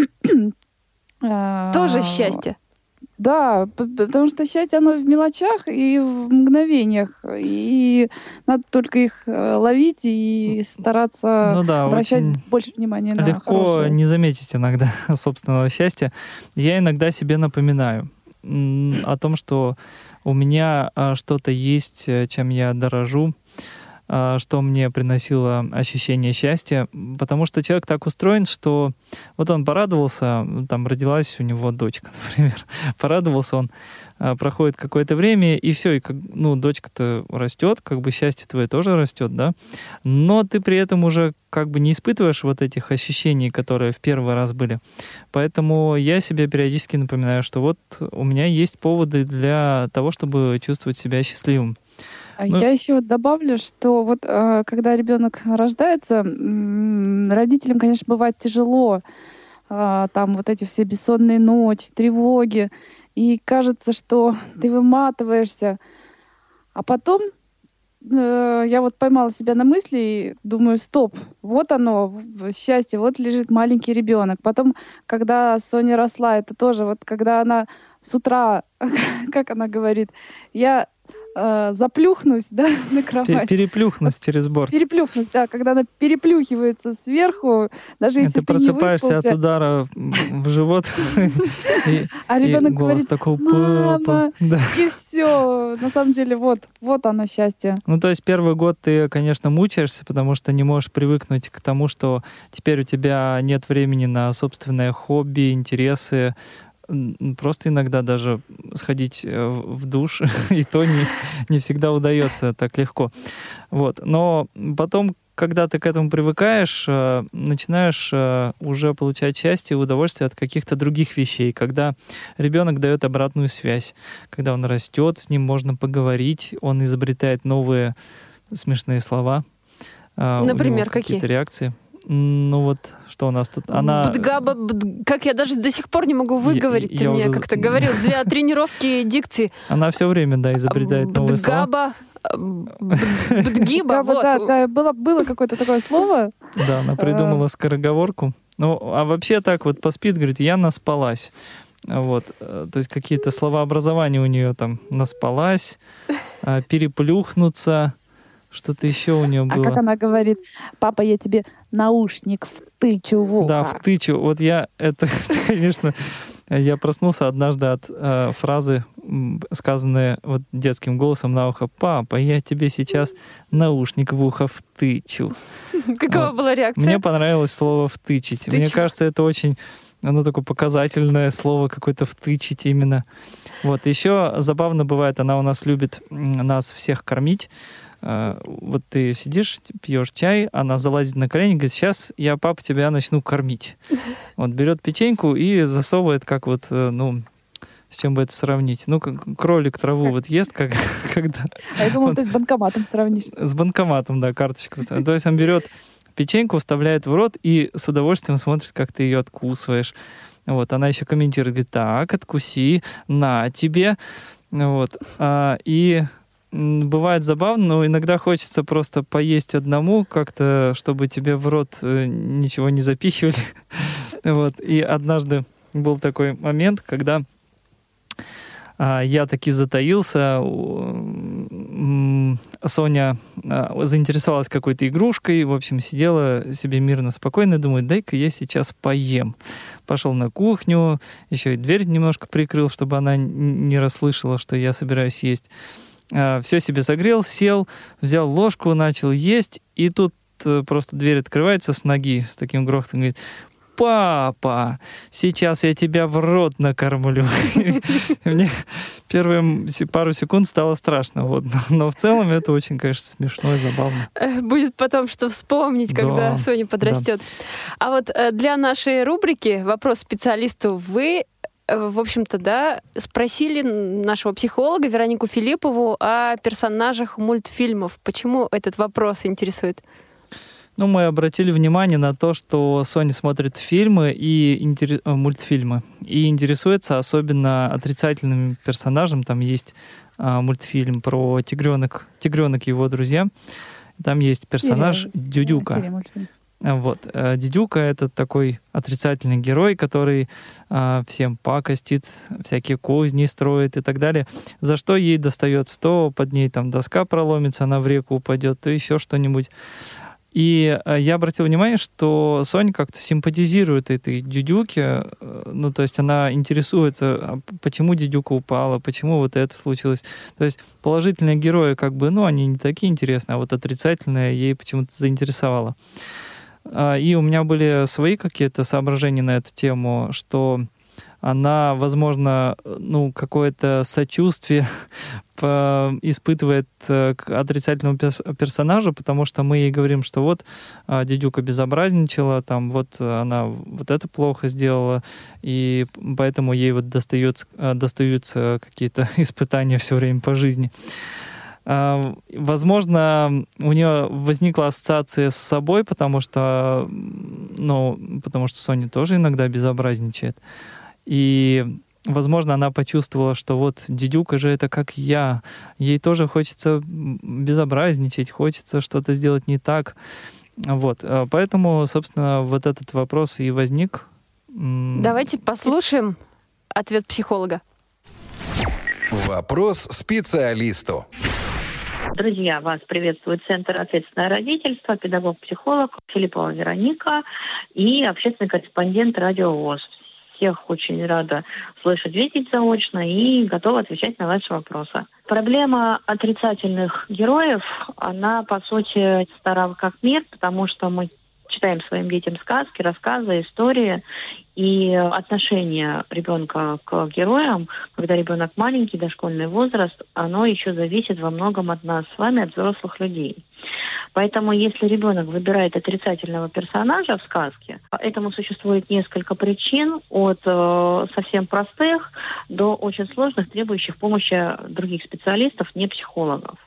Тоже счастье. Да, потому что счастье, оно в мелочах и в мгновениях. И надо только их ловить и стараться ну да, обращать больше внимания на легко хорошее. Не заметить иногда собственного счастья. Я иногда себе напоминаю о том, что у меня что-то есть, чем я дорожу, что мне приносило ощущение счастья, потому что человек так устроен, что вот он порадовался, там родилась у него дочка, например, порадовался он, проходит какое-то время, и все, и как, ну, дочка-то растет, как бы счастье твое тоже растет, да, но ты при этом уже как бы не испытываешь вот этих ощущений, которые в первый раз были. Поэтому я себе периодически напоминаю, что вот у меня есть поводы для того, чтобы чувствовать себя счастливым. Ну, я еще добавлю, что вот э, когда ребенок рождается, м- родителям, конечно, бывает тяжело, э, там вот эти все бессонные ночи, тревоги, и кажется, что ты выматываешься, а потом э, я вот поймала себя на мысли и думаю, стоп, вот оно, счастье, вот лежит маленький ребенок. Потом, когда Соня росла, это тоже вот, когда она с утра, как она говорит, я э, заплюхнусь, да, на кровать. Переплюхнусь через борт. Переплюхнусь, да, когда она переплюхивается сверху, даже если ты ты не просыпаешься выспался. от удара в живот, и, А и ребенок голос говорит, такой, мама, папа. Да. и все. На самом деле, вот, вот оно счастье. Ну, то есть первый год ты, конечно, мучаешься, потому что не можешь привыкнуть к тому, что теперь у тебя нет времени на собственное хобби, интересы. Просто иногда даже сходить в душ, и то не, не всегда удается так легко. Вот. Но потом, когда ты к этому привыкаешь, начинаешь уже получать счастье и удовольствие от каких-то других вещей, когда ребенок дает обратную связь, когда он растет, с ним можно поговорить, он изобретает новые смешные слова. Например, какие? какие? Реакции. Ну вот, что у нас тут? Она... Бдгаба, бд... Как я даже до сих пор не могу выговорить, я, ты я мне уже... как-то говорил, для тренировки дикции. Она все время, да, изобретает новые слова. Бдгаба, бдгиба, вот. Да, да, было, было какое-то такое слово. Да, она придумала скороговорку. Ну, а вообще так вот поспит, говорит, я наспалась. Вот, то есть какие-то словообразования у нее там наспалась, переплюхнуться. Что-то еще у нее было. А как она говорит, папа, я тебе наушник втычу в ухо. Да, втычу. Вот я, это, конечно, я проснулся однажды от э, фразы, сказанной вот детским голосом на ухо, папа, я тебе сейчас наушник в ухо втычу. Какова вот. была реакция? Мне понравилось слово «втычить». Втычу. Мне кажется, это очень, оно такое показательное слово, какое-то «втычить» именно. Вот. Еще забавно бывает, она у нас любит нас всех кормить. Вот ты сидишь, пьешь чай, она залазит на колени и говорит, сейчас я, папа, тебя начну кормить. Вот берет печеньку и засовывает, как вот, ну, с чем бы это сравнить? Ну, как кролик траву вот ест, как, когда... А я думала, он... ты с банкоматом сравнишь. С банкоматом, да, карточку. То есть он берет печеньку, вставляет в рот и с удовольствием смотрит, как ты ее откусываешь. Вот, она еще комментирует, говорит, так, откуси, на тебе. Вот, а, и... Бывает забавно, но иногда хочется просто поесть одному, как-то, чтобы тебе в рот ничего не запихивали. Вот. И однажды был такой момент, когда а, я таки затаился. Соня а, заинтересовалась какой-то игрушкой, в общем, сидела себе мирно, спокойно, думает, дай-ка я сейчас поем. Пошел на кухню, еще и дверь немножко прикрыл, чтобы она не расслышала, что я собираюсь есть. Все себе согрел, сел, взял ложку, начал есть, и тут просто дверь открывается с ноги с таким грохотом, говорит, папа, сейчас я тебя в рот накормлю. Мне первые пару секунд стало страшно, вот. Но в целом это очень, конечно, смешно и забавно. Будет потом что вспомнить, когда да, Соня подрастет. Да. А вот для нашей рубрики «Вопрос специалисту» вы в общем-то, да, спросили нашего психолога Веронику Филиппову о персонажах мультфильмов. Почему этот вопрос интересует? Ну, мы обратили внимание на то, что Соня смотрит фильмы и интерес... мультфильмы и интересуется особенно отрицательным персонажем. Там есть а, мультфильм про тигренок, тигренок и его друзья. Там есть персонаж серия, Дюдюка. Серия Вот. Дидюка — это такой отрицательный герой, который а, всем пакостит, всякие козни строит и так далее. За что ей достается? То под ней там доска проломится, она в реку упадет, то еще что-нибудь. И а, я обратил внимание, что Соня как-то симпатизирует этой Дидюке, ну, то есть она интересуется, почему Дидюка упала, почему вот это случилось. То есть положительные герои, как бы, ну, они не такие интересные, а вот отрицательные ей почему-то заинтересовало. И у меня были свои какие-то соображения на эту тему, что она, возможно, ну, какое-то сочувствие испытывает к отрицательному персонажу, потому что мы ей говорим, что вот Дидюка безобразничала, там вот она вот это плохо сделала, и поэтому ей вот достается, достаются какие-то испытания все время по жизни. Возможно, у нее возникла ассоциация с собой, потому что, ну, потому что Соня тоже иногда безобразничает. И, возможно, она почувствовала, что вот Дидюка же это как я. Ей тоже хочется безобразничать, хочется что-то сделать не так. Вот. Поэтому, собственно, вот этот вопрос и возник. Давайте послушаем ответ психолога. Вопрос специалисту. Друзья, вас приветствует Центр «Ответственное родительство», педагог-психолог Филиппова Вероника и общественный корреспондент Радио ВОС. Всех очень рада слышать, видеть заочно и готова отвечать на ваши вопросы. Проблема отрицательных героев, она, по сути, стара как мир, потому что мы читаем своим детям сказки, рассказы, истории, и отношение ребенка к героям, когда ребенок маленький, дошкольный возраст, оно еще зависит во многом от нас с вами, от взрослых людей. Поэтому если ребенок выбирает отрицательного персонажа в сказке, этому существует несколько причин, от э, совсем простых до очень сложных, требующих помощи других специалистов, не психологов.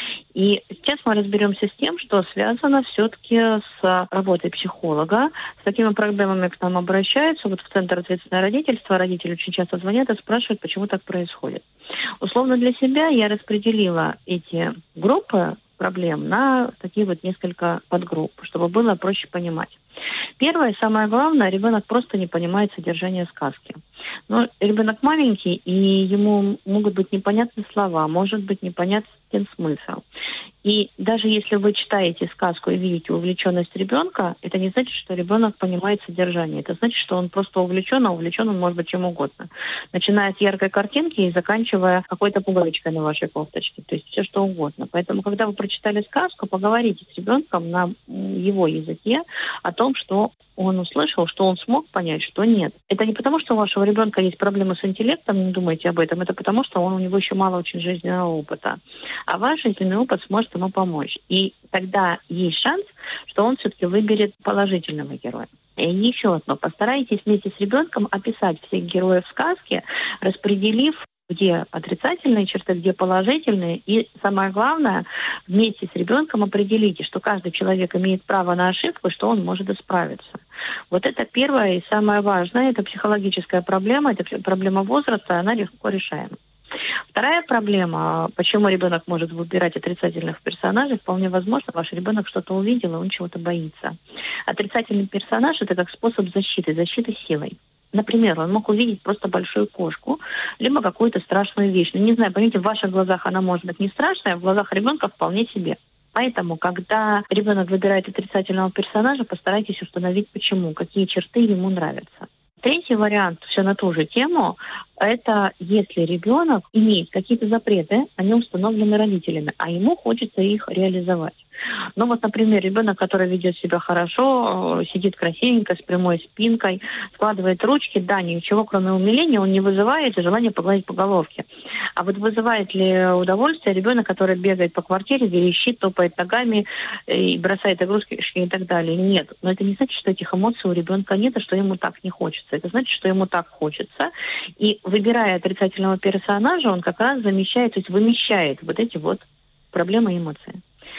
И сейчас мы разберемся с тем, что связано все-таки с работой психолога. С такими проблемами к нам обращаются. Вот в Центр «Ответственное родительство» родители очень часто звонят и спрашивают, почему так происходит. Условно для себя я распределила эти группы проблем на такие вот несколько подгрупп, чтобы было проще понимать. Первое, самое главное, ребенок просто не понимает содержание сказки. Но ребенок маленький, и ему могут быть непонятны слова, может быть непонятен смысл. И даже если вы читаете сказку и видите увлеченность ребенка, это не значит, что ребенок понимает содержание. Это значит, что он просто увлечен, а увлечен он может быть чем угодно. Начиная с яркой картинки и заканчивая какой-то пуговичкой на вашей кофточке. То есть все что угодно. Поэтому, когда вы прочитали сказку, поговорите с ребенком на его языке о том, что он услышал, что он смог понять, что нет. Это не потому, что у вашего ребенка есть проблемы с интеллектом, не думайте об этом. Это потому, что он, у него еще мало очень жизненного опыта. А ваш жизненный опыт сможет ему помочь. И тогда есть шанс, что он все-таки выберет положительного героя. И еще одно. Постарайтесь вместе с ребенком описать всех героев сказки, распределив, где отрицательные черты, где положительные. И самое главное, вместе с ребенком определите, что каждый человек имеет право на ошибку, и что он может исправиться. Вот это первое и самое важное. Это психологическая проблема, это проблема возраста, она легко решаема. Вторая проблема, почему ребенок может выбирать отрицательных персонажей, вполне возможно, ваш ребенок что-то увидел, и он чего-то боится. Отрицательный персонаж – это как способ защиты, защиты силой. Например, он мог увидеть просто большую кошку, либо какую-то страшную вещь. Ну, не знаю, понимаете, в ваших глазах она может быть не страшная, а в глазах ребенка вполне себе. Поэтому, когда ребенок выбирает отрицательного персонажа, постарайтесь установить, почему, какие черты ему нравятся. Третий вариант, все на ту же тему, это если ребенок имеет какие-то запреты, они установлены родителями, а ему хочется их реализовать. Ну вот, например, ребенок, который ведет себя хорошо, сидит красивенько, с прямой спинкой, складывает ручки, да, ничего кроме умиления он не вызывает и желание погладить по головке. А вот вызывает ли удовольствие ребенок, который бегает по квартире, верещит, топает ногами и бросает игрушки и так далее? Нет. Но это не значит, что этих эмоций у ребенка нет, и что ему так не хочется. Это значит, что ему так хочется. И выбирая отрицательного персонажа, он как раз замещает, то есть вымещает вот эти вот проблемы и эмоции.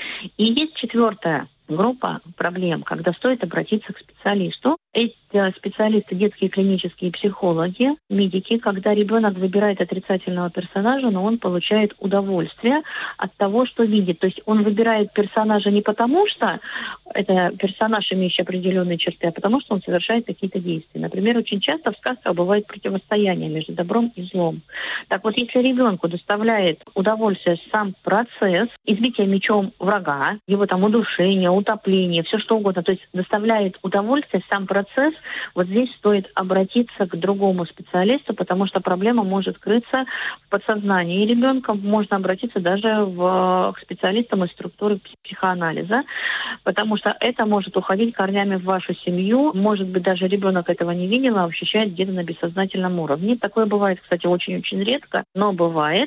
И есть четвертая группа проблем, когда стоит обратиться к специалисту. Эти специалисты, детские клинические психологи, медики, когда ребенок выбирает отрицательного персонажа, но он получает удовольствие от того, что видит. То есть он выбирает персонажа не потому, что это персонаж, имеющий определенные черты, а потому что он совершает какие-то действия. Например, очень часто в сказках бывает противостояние между добром и злом. Так вот, если ребенку доставляет удовольствие сам процесс избития мечом врага, его там удушение, утопление, все что угодно, то есть доставляет удовольствие сам процесс, вот здесь стоит обратиться к другому специалисту, потому что проблема может крыться в подсознании ребенка. Можно обратиться даже в, к специалистам из структуры психоанализа, потому что это может уходить корнями в вашу семью. Может быть, даже ребенок этого не видел, а ощущает где-то на бессознательном уровне. Такое бывает, кстати, очень-очень редко, но бывает.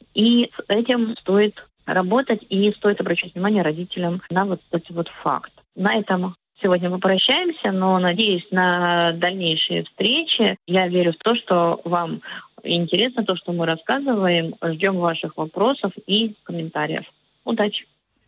И с этим стоит работать, и стоит обращать внимание родителям на вот этот вот факт. На этом сегодня мы прощаемся, но надеюсь на дальнейшие встречи. Я верю в то, что вам интересно то, что мы рассказываем. Ждем ваших вопросов и комментариев. Удачи!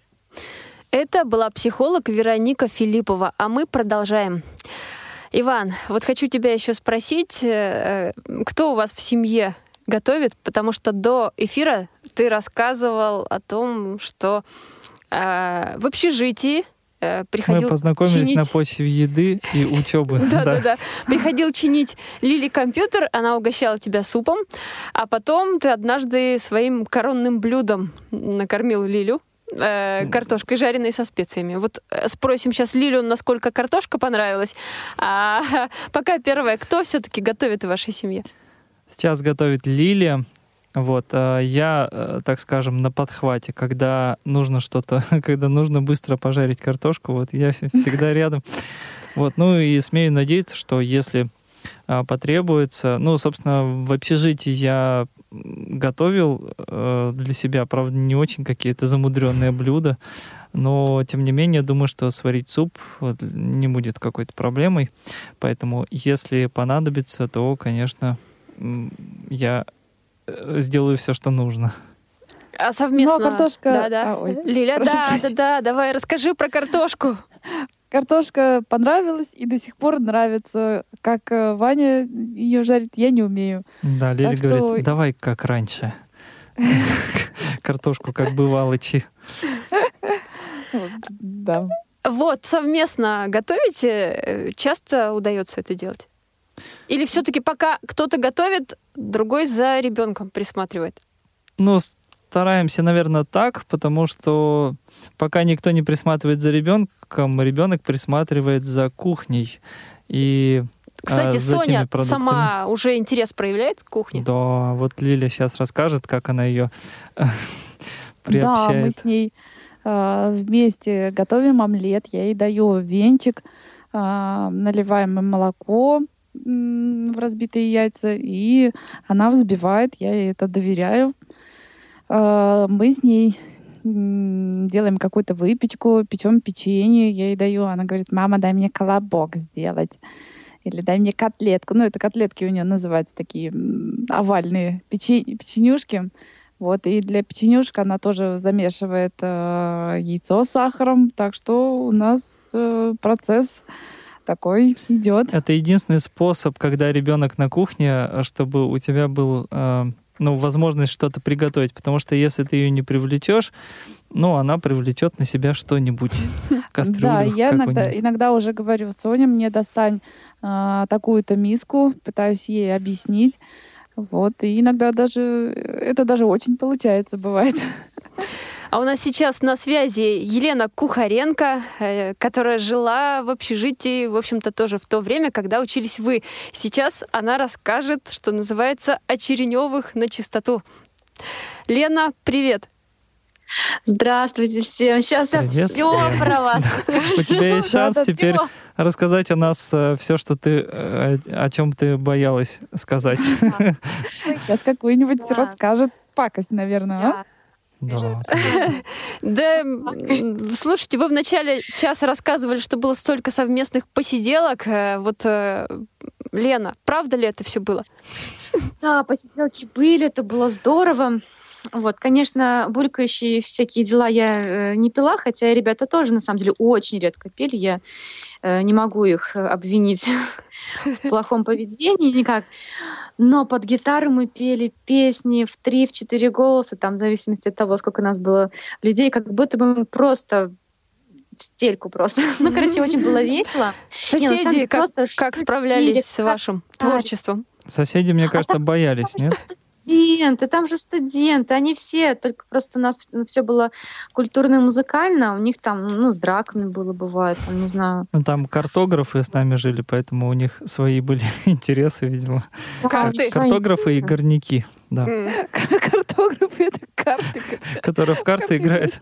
Это была психолог Вероника Филиппова, а мы продолжаем. Иван, вот хочу тебя еще спросить, кто у вас в семье готовит? Потому что до эфира ты рассказывал о том, что э, в общежитии приходил Мы познакомились чинить... на почве еды и учебы. Да-да-да. Приходил чинить Лили компьютер, она угощала тебя супом, а потом ты однажды своим коронным блюдом накормил Лилю. Картошкой жареной со специями. Вот спросим сейчас Лилю, насколько картошка понравилась. А пока первое, кто все-таки готовит в вашей семье? Сейчас готовит Лилия. Вот, я, так скажем, на подхвате, когда нужно что-то, когда нужно быстро пожарить картошку, вот я всегда рядом. Вот, ну и смею надеяться, что если потребуется, ну, собственно, в общежитии я готовил э, для себя, правда, не очень какие-то замудренные блюда, но, тем не менее, думаю, что сварить суп вот, не будет какой-то проблемой, поэтому, если понадобится, то, конечно, я сделаю все, что нужно. А совместно? Ну, а картошка... Да, да. А, ой, Лиля, да, да, да, давай, расскажи про картошку. Картошка понравилась и до сих пор нравится. Как Ваня ее жарит, я не умею. Да, Лиля Так говорит, что... давай как раньше. Картошку как бывалычи. Да. Вот, совместно готовите? Часто удается это делать? Или все-таки пока кто-то готовит, другой за ребенком присматривает? Ну, стараемся, наверное, так, потому что пока никто не присматривает за ребенком, ребенок присматривает за кухней. И, Кстати, а, за Соня теми сама уже интерес проявляет к кухне? Да, вот Лиля сейчас расскажет, как она ее приобщает. Да, мы с ней э, вместе готовим омлет, я ей даю венчик, э, наливаем им молоко э, в разбитые яйца, и она взбивает, я ей это доверяю. Э, мы с ней делаем какую-то выпечку, печем печенье, я ей даю, она говорит, мама, дай мне колобок сделать. Или дай мне котлетку. Ну, это котлетки у нее называются такие овальные печень, печенюшки. Вот, и для печенюшек она тоже замешивает э, яйцо с сахаром. Так что у нас э, процесс такой идет. Это единственный способ, когда ребенок на кухне, чтобы у тебя был... Э, ну, возможность что-то приготовить, потому что если ты ее не привлечешь, ну, она привлечет на себя что-нибудь, кастрюлю. Да, я иногда, иногда уже говорю, Соня, мне достань а, такую-то миску, пытаюсь ей объяснить, вот, и иногда даже, это даже очень получается, бывает. А у нас сейчас на связи Елена Кухаренко, э, которая жила в общежитии, в общем-то, тоже в то время, когда учились вы. Сейчас она расскажет, что называется, о Черенёвых на чистоту. Лена, привет! Здравствуйте всем! Сейчас я все про вас расскажу. У тебя есть шанс теперь рассказать о нас все, что ты, о чем ты боялась сказать. Сейчас какую-нибудь расскажет пакость, наверное, а? Да. Да, слушайте, вы в начале часа рассказывали, что было столько совместных посиделок. Вот, Лена, правда ли это все было? Да, посиделки были, это было здорово. Вот, конечно, булькающие всякие дела я э, не пила, хотя ребята тоже, на самом деле, очень редко пили. Я э, не могу их обвинить в плохом поведении никак. Но под гитару мы пели песни в три-четыре голоса, там, в зависимости от того, сколько нас было людей, как будто бы мы просто в стельку просто. Ну, короче, очень было весело. Соседи как справлялись с вашим творчеством? Соседи, мне кажется, боялись, нет? Студенты, там же студенты, они все, только просто у нас ну, все было культурно-музыкально, у них там, ну, с драками было, бывает, там, не знаю. Ну, там картографы с нами жили, поэтому у них свои были интересы, видимо. Карты. Картографы и горняки, да. Картографы — это карты. Которые в карты играют.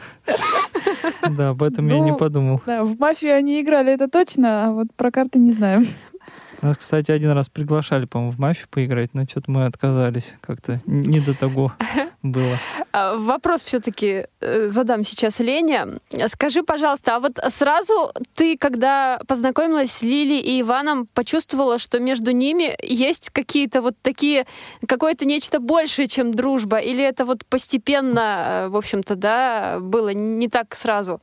Да, об этом я не подумал. Да, в мафию они играли, это точно, а вот про карты не знаю. Нас, кстати, один раз приглашали, по-моему, в мафию поиграть, но что-то мы отказались. Как-то не до того было. Вопрос все-таки задам сейчас Лене. Скажи, пожалуйста, а вот сразу ты, когда познакомилась с Лилей и Иваном, почувствовала, что между ними есть какие-то вот такие, какое-то нечто большее, чем дружба? Или это вот постепенно, в общем-то, да, было не так сразу?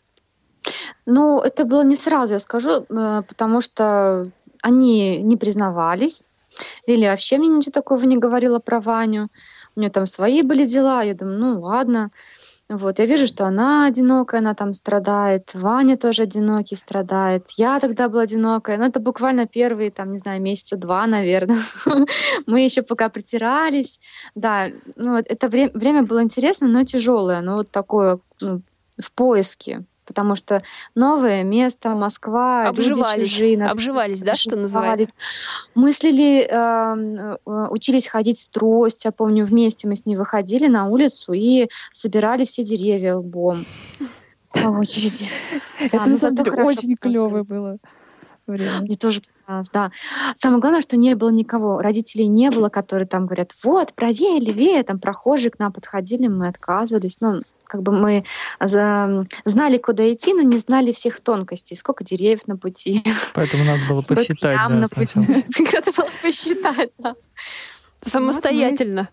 Ну, это было не сразу, я скажу, потому что они не признавались. Лилия вообще мне ничего такого не говорила про Ваню. У нее там свои были дела. Я думаю, ну ладно. Вот, я вижу, что она одинокая, она там страдает, Ваня тоже одинокий, страдает. Я тогда была одинокая. Ну, это буквально первые, там, не знаю, месяца два, наверное. Мы еще пока притирались. Да, ну, это время, время было интересно, но тяжелое. Ну, вот такое, ну, в поиске. Потому что новое место, Москва, обживались, люди чужие. обживались, да, что называется? Мыслили, э, учились ходить с тростью. Я помню, вместе мы с ней выходили на улицу и собирали все деревья лбом по очереди. Это, на самом деле, очень клевое было время. Мне тоже понравилось, да. Самое главное, что не было никого, родителей не было, которые там говорят, вот, правее, левее, там прохожие к нам подходили, мы отказывались. Ну, как бы мы знали, куда идти, но не знали всех тонкостей, сколько деревьев на пути. Поэтому надо было посчитать, да, сначала. Надо было посчитать, да. Самостоятельно.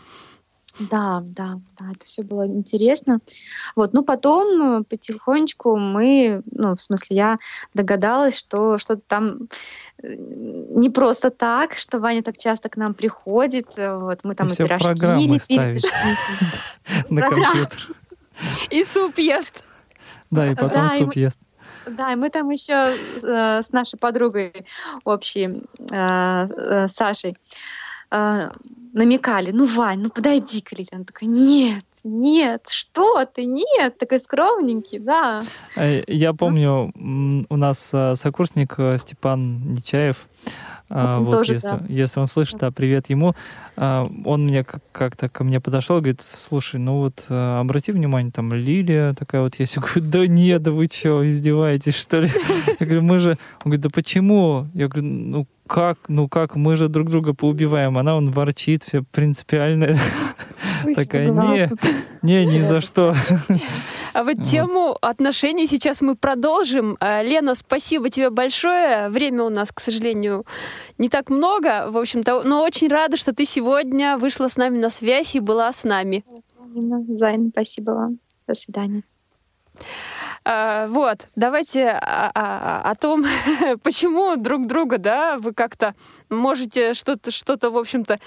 Да, да, да, это все было интересно. Вот, ну потом потихонечку мы, ну, в смысле, я догадалась, что что-то там не просто так, что Ваня так часто к нам приходит. Вот, мы там и, и пирожки лепили. На компьютер. И суп ест. Да, и потом да, суп и ест. Да, и мы там еще э, с нашей подругой общей, э, э, Сашей, э, намекали, ну, Вань, ну подойди-ка, Лиля. Она такая, нет, нет, что ты, нет, такой скромненький, да. Я помню, у нас сокурсник Степан Нечаев, А, вот тоже, если, да. если он слышит, да, привет ему. А, он мне как-то ко мне подошел и говорит, слушай, ну вот обрати внимание, там Лилия такая вот есть. Я говорю, да нет, да вы что, издеваетесь, что ли? Я говорю, мы же... Он говорит, да почему? Я говорю, ну как, ну как, мы же друг друга поубиваем. Она, он ворчит, все принципиальная. Такая, не, не, ни за что. А вот тему отношений сейчас мы продолжим. Лена, спасибо тебе большое. Время у нас, к сожалению, не так много, в общем-то, но очень рада, что ты сегодня вышла с нами на связь и была с нами. Взаимно, спасибо вам. До свидания. А, вот, давайте о, о, о том, почему друг друга, да, вы как-то можете что-то, что-то, в общем-то,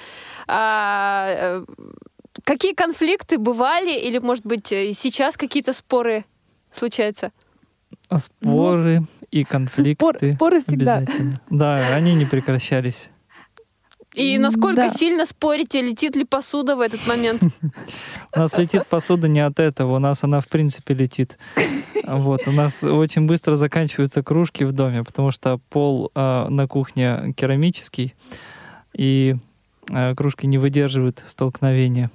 а, какие конфликты бывали, или, может быть, сейчас какие-то споры случаются? Споры ну, и конфликты. Спор, споры всегда. Да, они не прекращались. И насколько да. сильно спорите, летит ли посуда в этот момент? У нас летит посуда не от этого, у нас она в принципе летит. Вот, у нас очень быстро заканчиваются кружки в доме, потому что пол э, на кухне керамический, и э, кружки не выдерживают столкновения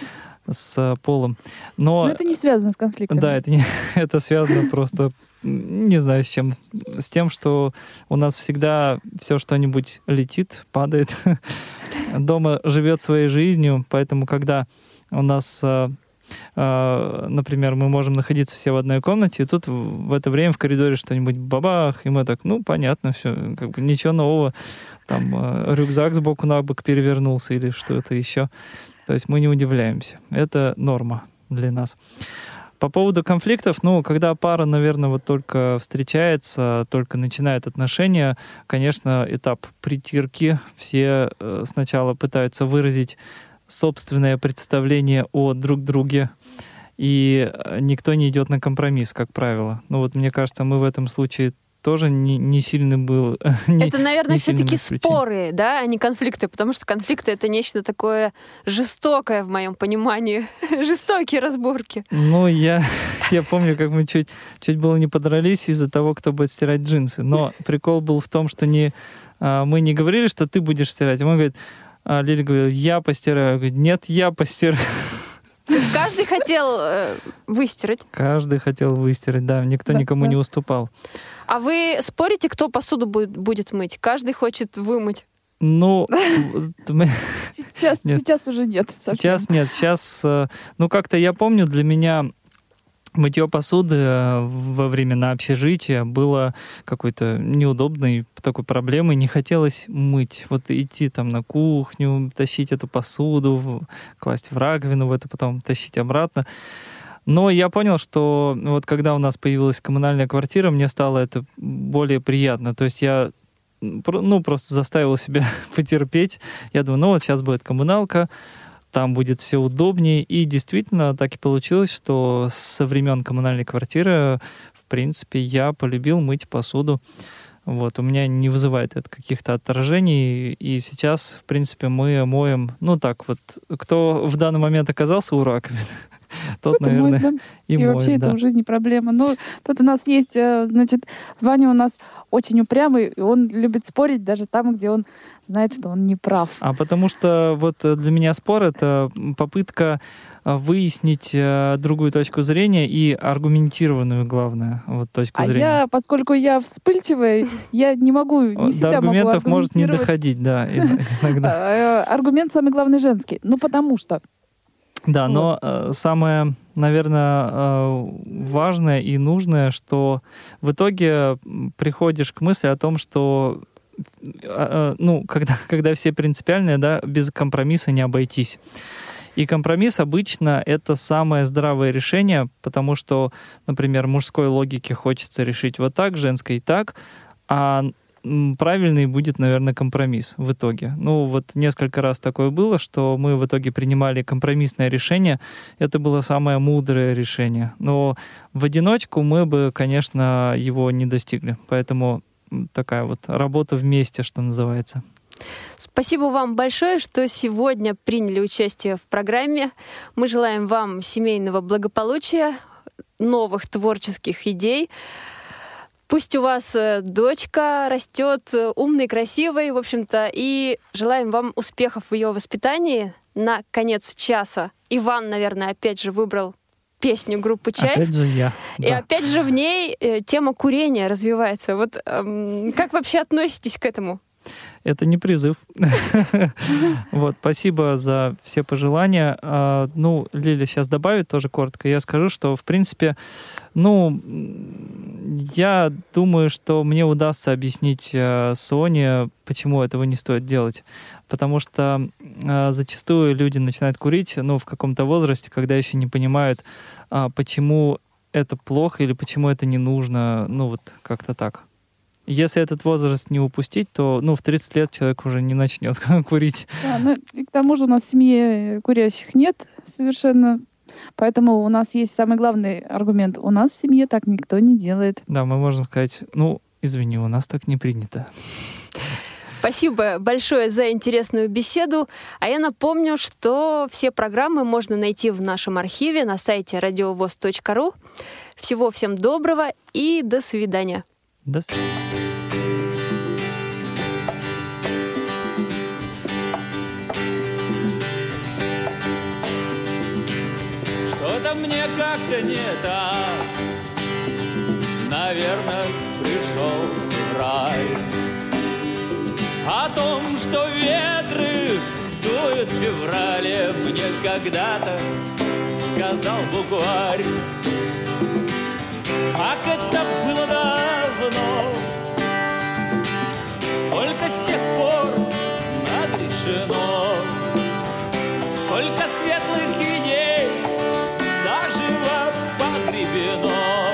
с полом. Но, Но это не связано с конфликтом. Да, это, не, это связано просто, не знаю с чем, с тем, что у нас всегда все что-нибудь летит, падает. Дома живет своей жизнью, поэтому когда у нас, например, мы можем находиться все в одной комнате, и тут в это время в коридоре что-нибудь бабах, и мы так, ну, понятно, все, как бы ничего нового, там рюкзак сбоку на бок перевернулся или что-то еще. То есть мы не удивляемся. Это норма для нас. По поводу конфликтов, ну, когда пара, наверное, вот только встречается, только начинает отношения, конечно, этап притирки. Все сначала пытаются выразить собственное представление о друг друге, и никто не идет на компромисс, как правило. Ну, вот мне кажется, мы в этом случае тоже не, не сильно был... Не, это, наверное, все-таки споры, да, а не конфликты, потому что конфликты — это нечто такое жестокое в моем понимании. Жестокие разборки. Ну, я, я помню, как мы чуть, чуть было не подрались из-за того, кто будет стирать джинсы. Но прикол был в том, что не, мы не говорили, что ты будешь стирать. Он говорит, Лиля говорила, я постираю. Я говорю, нет, я постираю. То есть каждый хотел э, выстирать? Каждый хотел выстирать, да. Никто да, никому да. не уступал. А вы спорите, кто посуду будет, будет мыть? Каждый хочет вымыть. Ну, сейчас, сейчас уже нет. Сейчас нет. Сейчас, ну, как-то я помню, для меня мытье посуды во времена общежития было какой-то неудобной такой проблемой. Не хотелось мыть. Вот идти там на кухню, тащить эту посуду, класть в раковину, в это потом тащить обратно. Но я понял, что вот когда у нас появилась коммунальная квартира, мне стало это более приятно. То есть я ну, просто заставил себя потерпеть. Я думаю, ну вот сейчас будет коммуналка, там будет все удобнее. И действительно так и получилось, что со времен коммунальной квартиры, в принципе, я полюбил мыть посуду. Вот, у меня не вызывает это каких-то отторжений. И сейчас, в принципе, мы моем, ну так вот, кто в данный момент оказался у раковины, тот, Кто-то наверное, моет, да? и И моет, вообще да. это уже не проблема. Ну, тут у нас есть, э, значит, Ваня у нас очень упрямый, и он любит спорить даже там, где он знает, что он не прав. А потому что вот для меня спор — это попытка выяснить э, другую точку зрения и аргументированную, главное, вот точку А зрения. я, поскольку я вспыльчивая, я не могу, не До всегда могу аргументов может не аргументировать. доходить, да, ин- иногда. Э, Аргумент самый главный женский. Ну, потому что. Да, но э, самое, наверное, э, важное и нужное, что в итоге приходишь к мысли о том, что э, э, ну, когда, когда все принципиальные, да, без компромисса не обойтись. И компромисс обычно это самое здравое решение, потому что, например, мужской логике хочется решить вот так, женской так, а м, правильный будет, наверное, компромисс в итоге. Ну, вот несколько раз такое было, что мы в итоге принимали компромиссное решение. Это было самое мудрое решение. Но в одиночку мы бы, конечно, его не достигли. Поэтому м, такая вот работа вместе, что называется. Спасибо вам большое, что сегодня приняли участие в программе. Мы желаем вам семейного благополучия, новых творческих идей. Пусть у вас э, дочка растет э, умной, красивой, в общем-то, и желаем вам успехов в ее воспитании. На конец часа Иван, наверное, опять же выбрал песню группы «Чайф». Опять же я. И да. опять же в ней э, тема курения развивается. Вот эм, как вообще относитесь к этому? Это не призыв. Вот, спасибо за все пожелания. А, Ну, Лиля сейчас добавит тоже коротко. Я скажу, что, в принципе, ну, я думаю, что мне удастся объяснить э, Соне, почему этого не стоит делать. Потому что э, зачастую люди начинают курить, ну, в каком-то возрасте, когда еще не понимают, а, почему это плохо или почему это не нужно. Ну, вот как-то так. Если этот возраст не упустить, то ну, в тридцать лет человек уже не начнет курить. Да, ну, и к тому же у нас в семье курящих нет совершенно. Поэтому у нас есть самый главный аргумент. У нас в семье так никто не делает. Да, мы можем сказать, ну, извини, у нас так не принято. Спасибо большое за интересную беседу. А я напомню, что все программы можно найти в нашем архиве на сайте радиовоз точка ру. Всего всем доброго и до свидания. До свидания. Что-то мне как-то не так. Наверное, пришел февраль. О том, что ветры дуют в феврале, мне когда-то сказал букварь. Как это было давно, сколько с тех пор нагрешено, сколько светлых идей заживо погребено.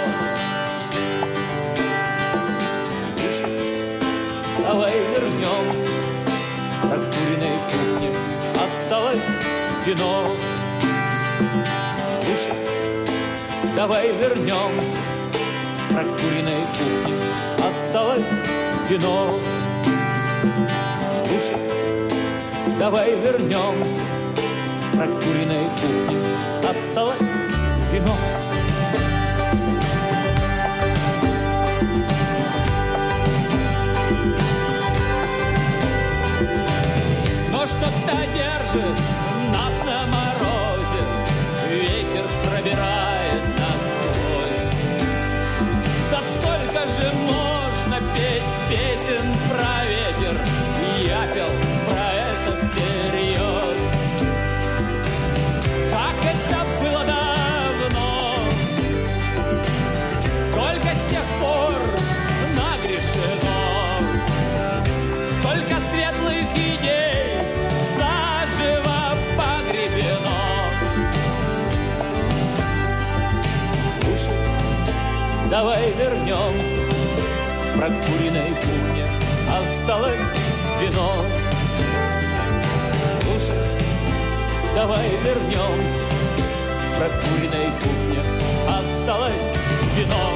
Слушай, давай вернемся, к прокуренной кухне осталось вино. Слушай, давай вернемся, к прокуренной кухне осталось вино. Слушай, давай вернемся, к прокуренной кухне осталось вино. Но что-то держит нас на морозе, ветер пробирает насквозь. Да сколько же можно петь песен про ветер? Я пел про это всерьез. Как это было давно, сколько с тех пор нагрешено, сколько светлых идей заживо погребено. Слушай, давай вернемся, к прокуренной кухне осталось вино. Слушай, давай вернемся. В прокуренной кухне осталось вино.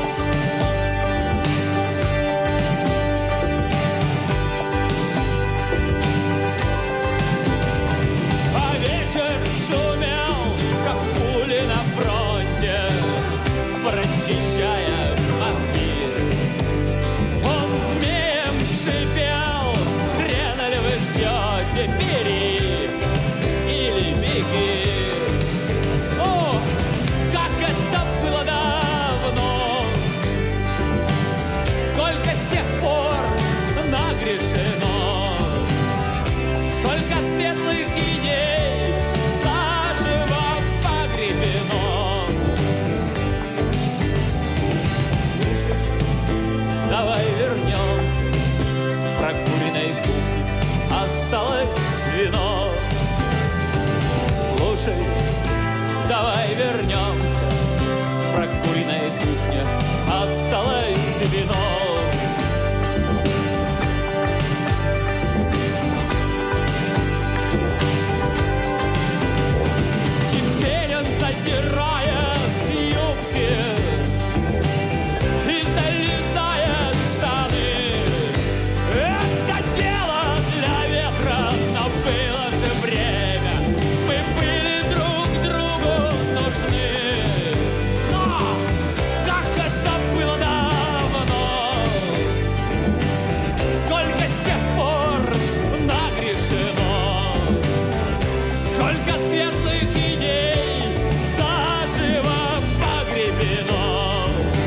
А вечер шумел, как пули на фронте, прочищая мозги. Он змеем шипел: хрена ли вы ждете, бери или беги. О, как это было давно! Сколько с тех пор нагрешено, сколько светлых идей заживо погребено. Слушай, давай вернемся, в прокуренной кухне осталось вино. Слушай, давай вернемся, в прокуренной кухне осталось вино. Теперь он задирает юбки и залезает в штаны. Это дело для ветра, но было же время, мы были друг другу нужны. Но как это было давно! Сколько с тех пор нагрешено, сколько светлых идей заживо погребено.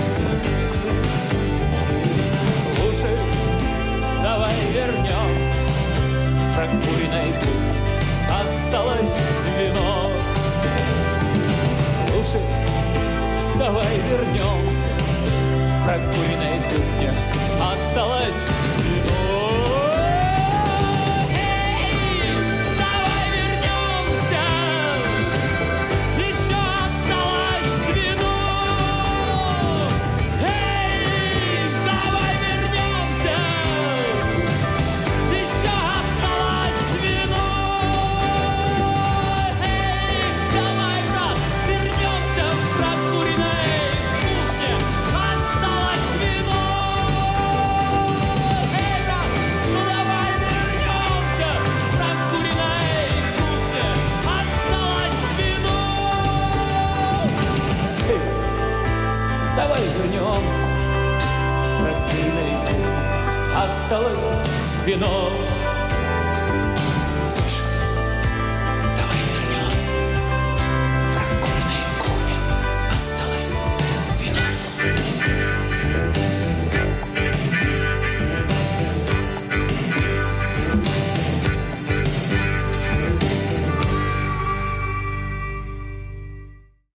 Слушай, давай вернемся, в прокуренной кухне осталось вино. Слушай, давай вернемся, в прокуренной кухне осталось вино. Эй, давай вернемся, еще осталось вино. Эй, давай вернемся, еще осталось вино. Эй, давай, брат, вернемся, в прокуренной кухне осталось вино. Эй, брат, ну давай вернемся, в прокуренной кухне осталось вино. Эй, давай вернемся, в прокуренной кухне осталось вино.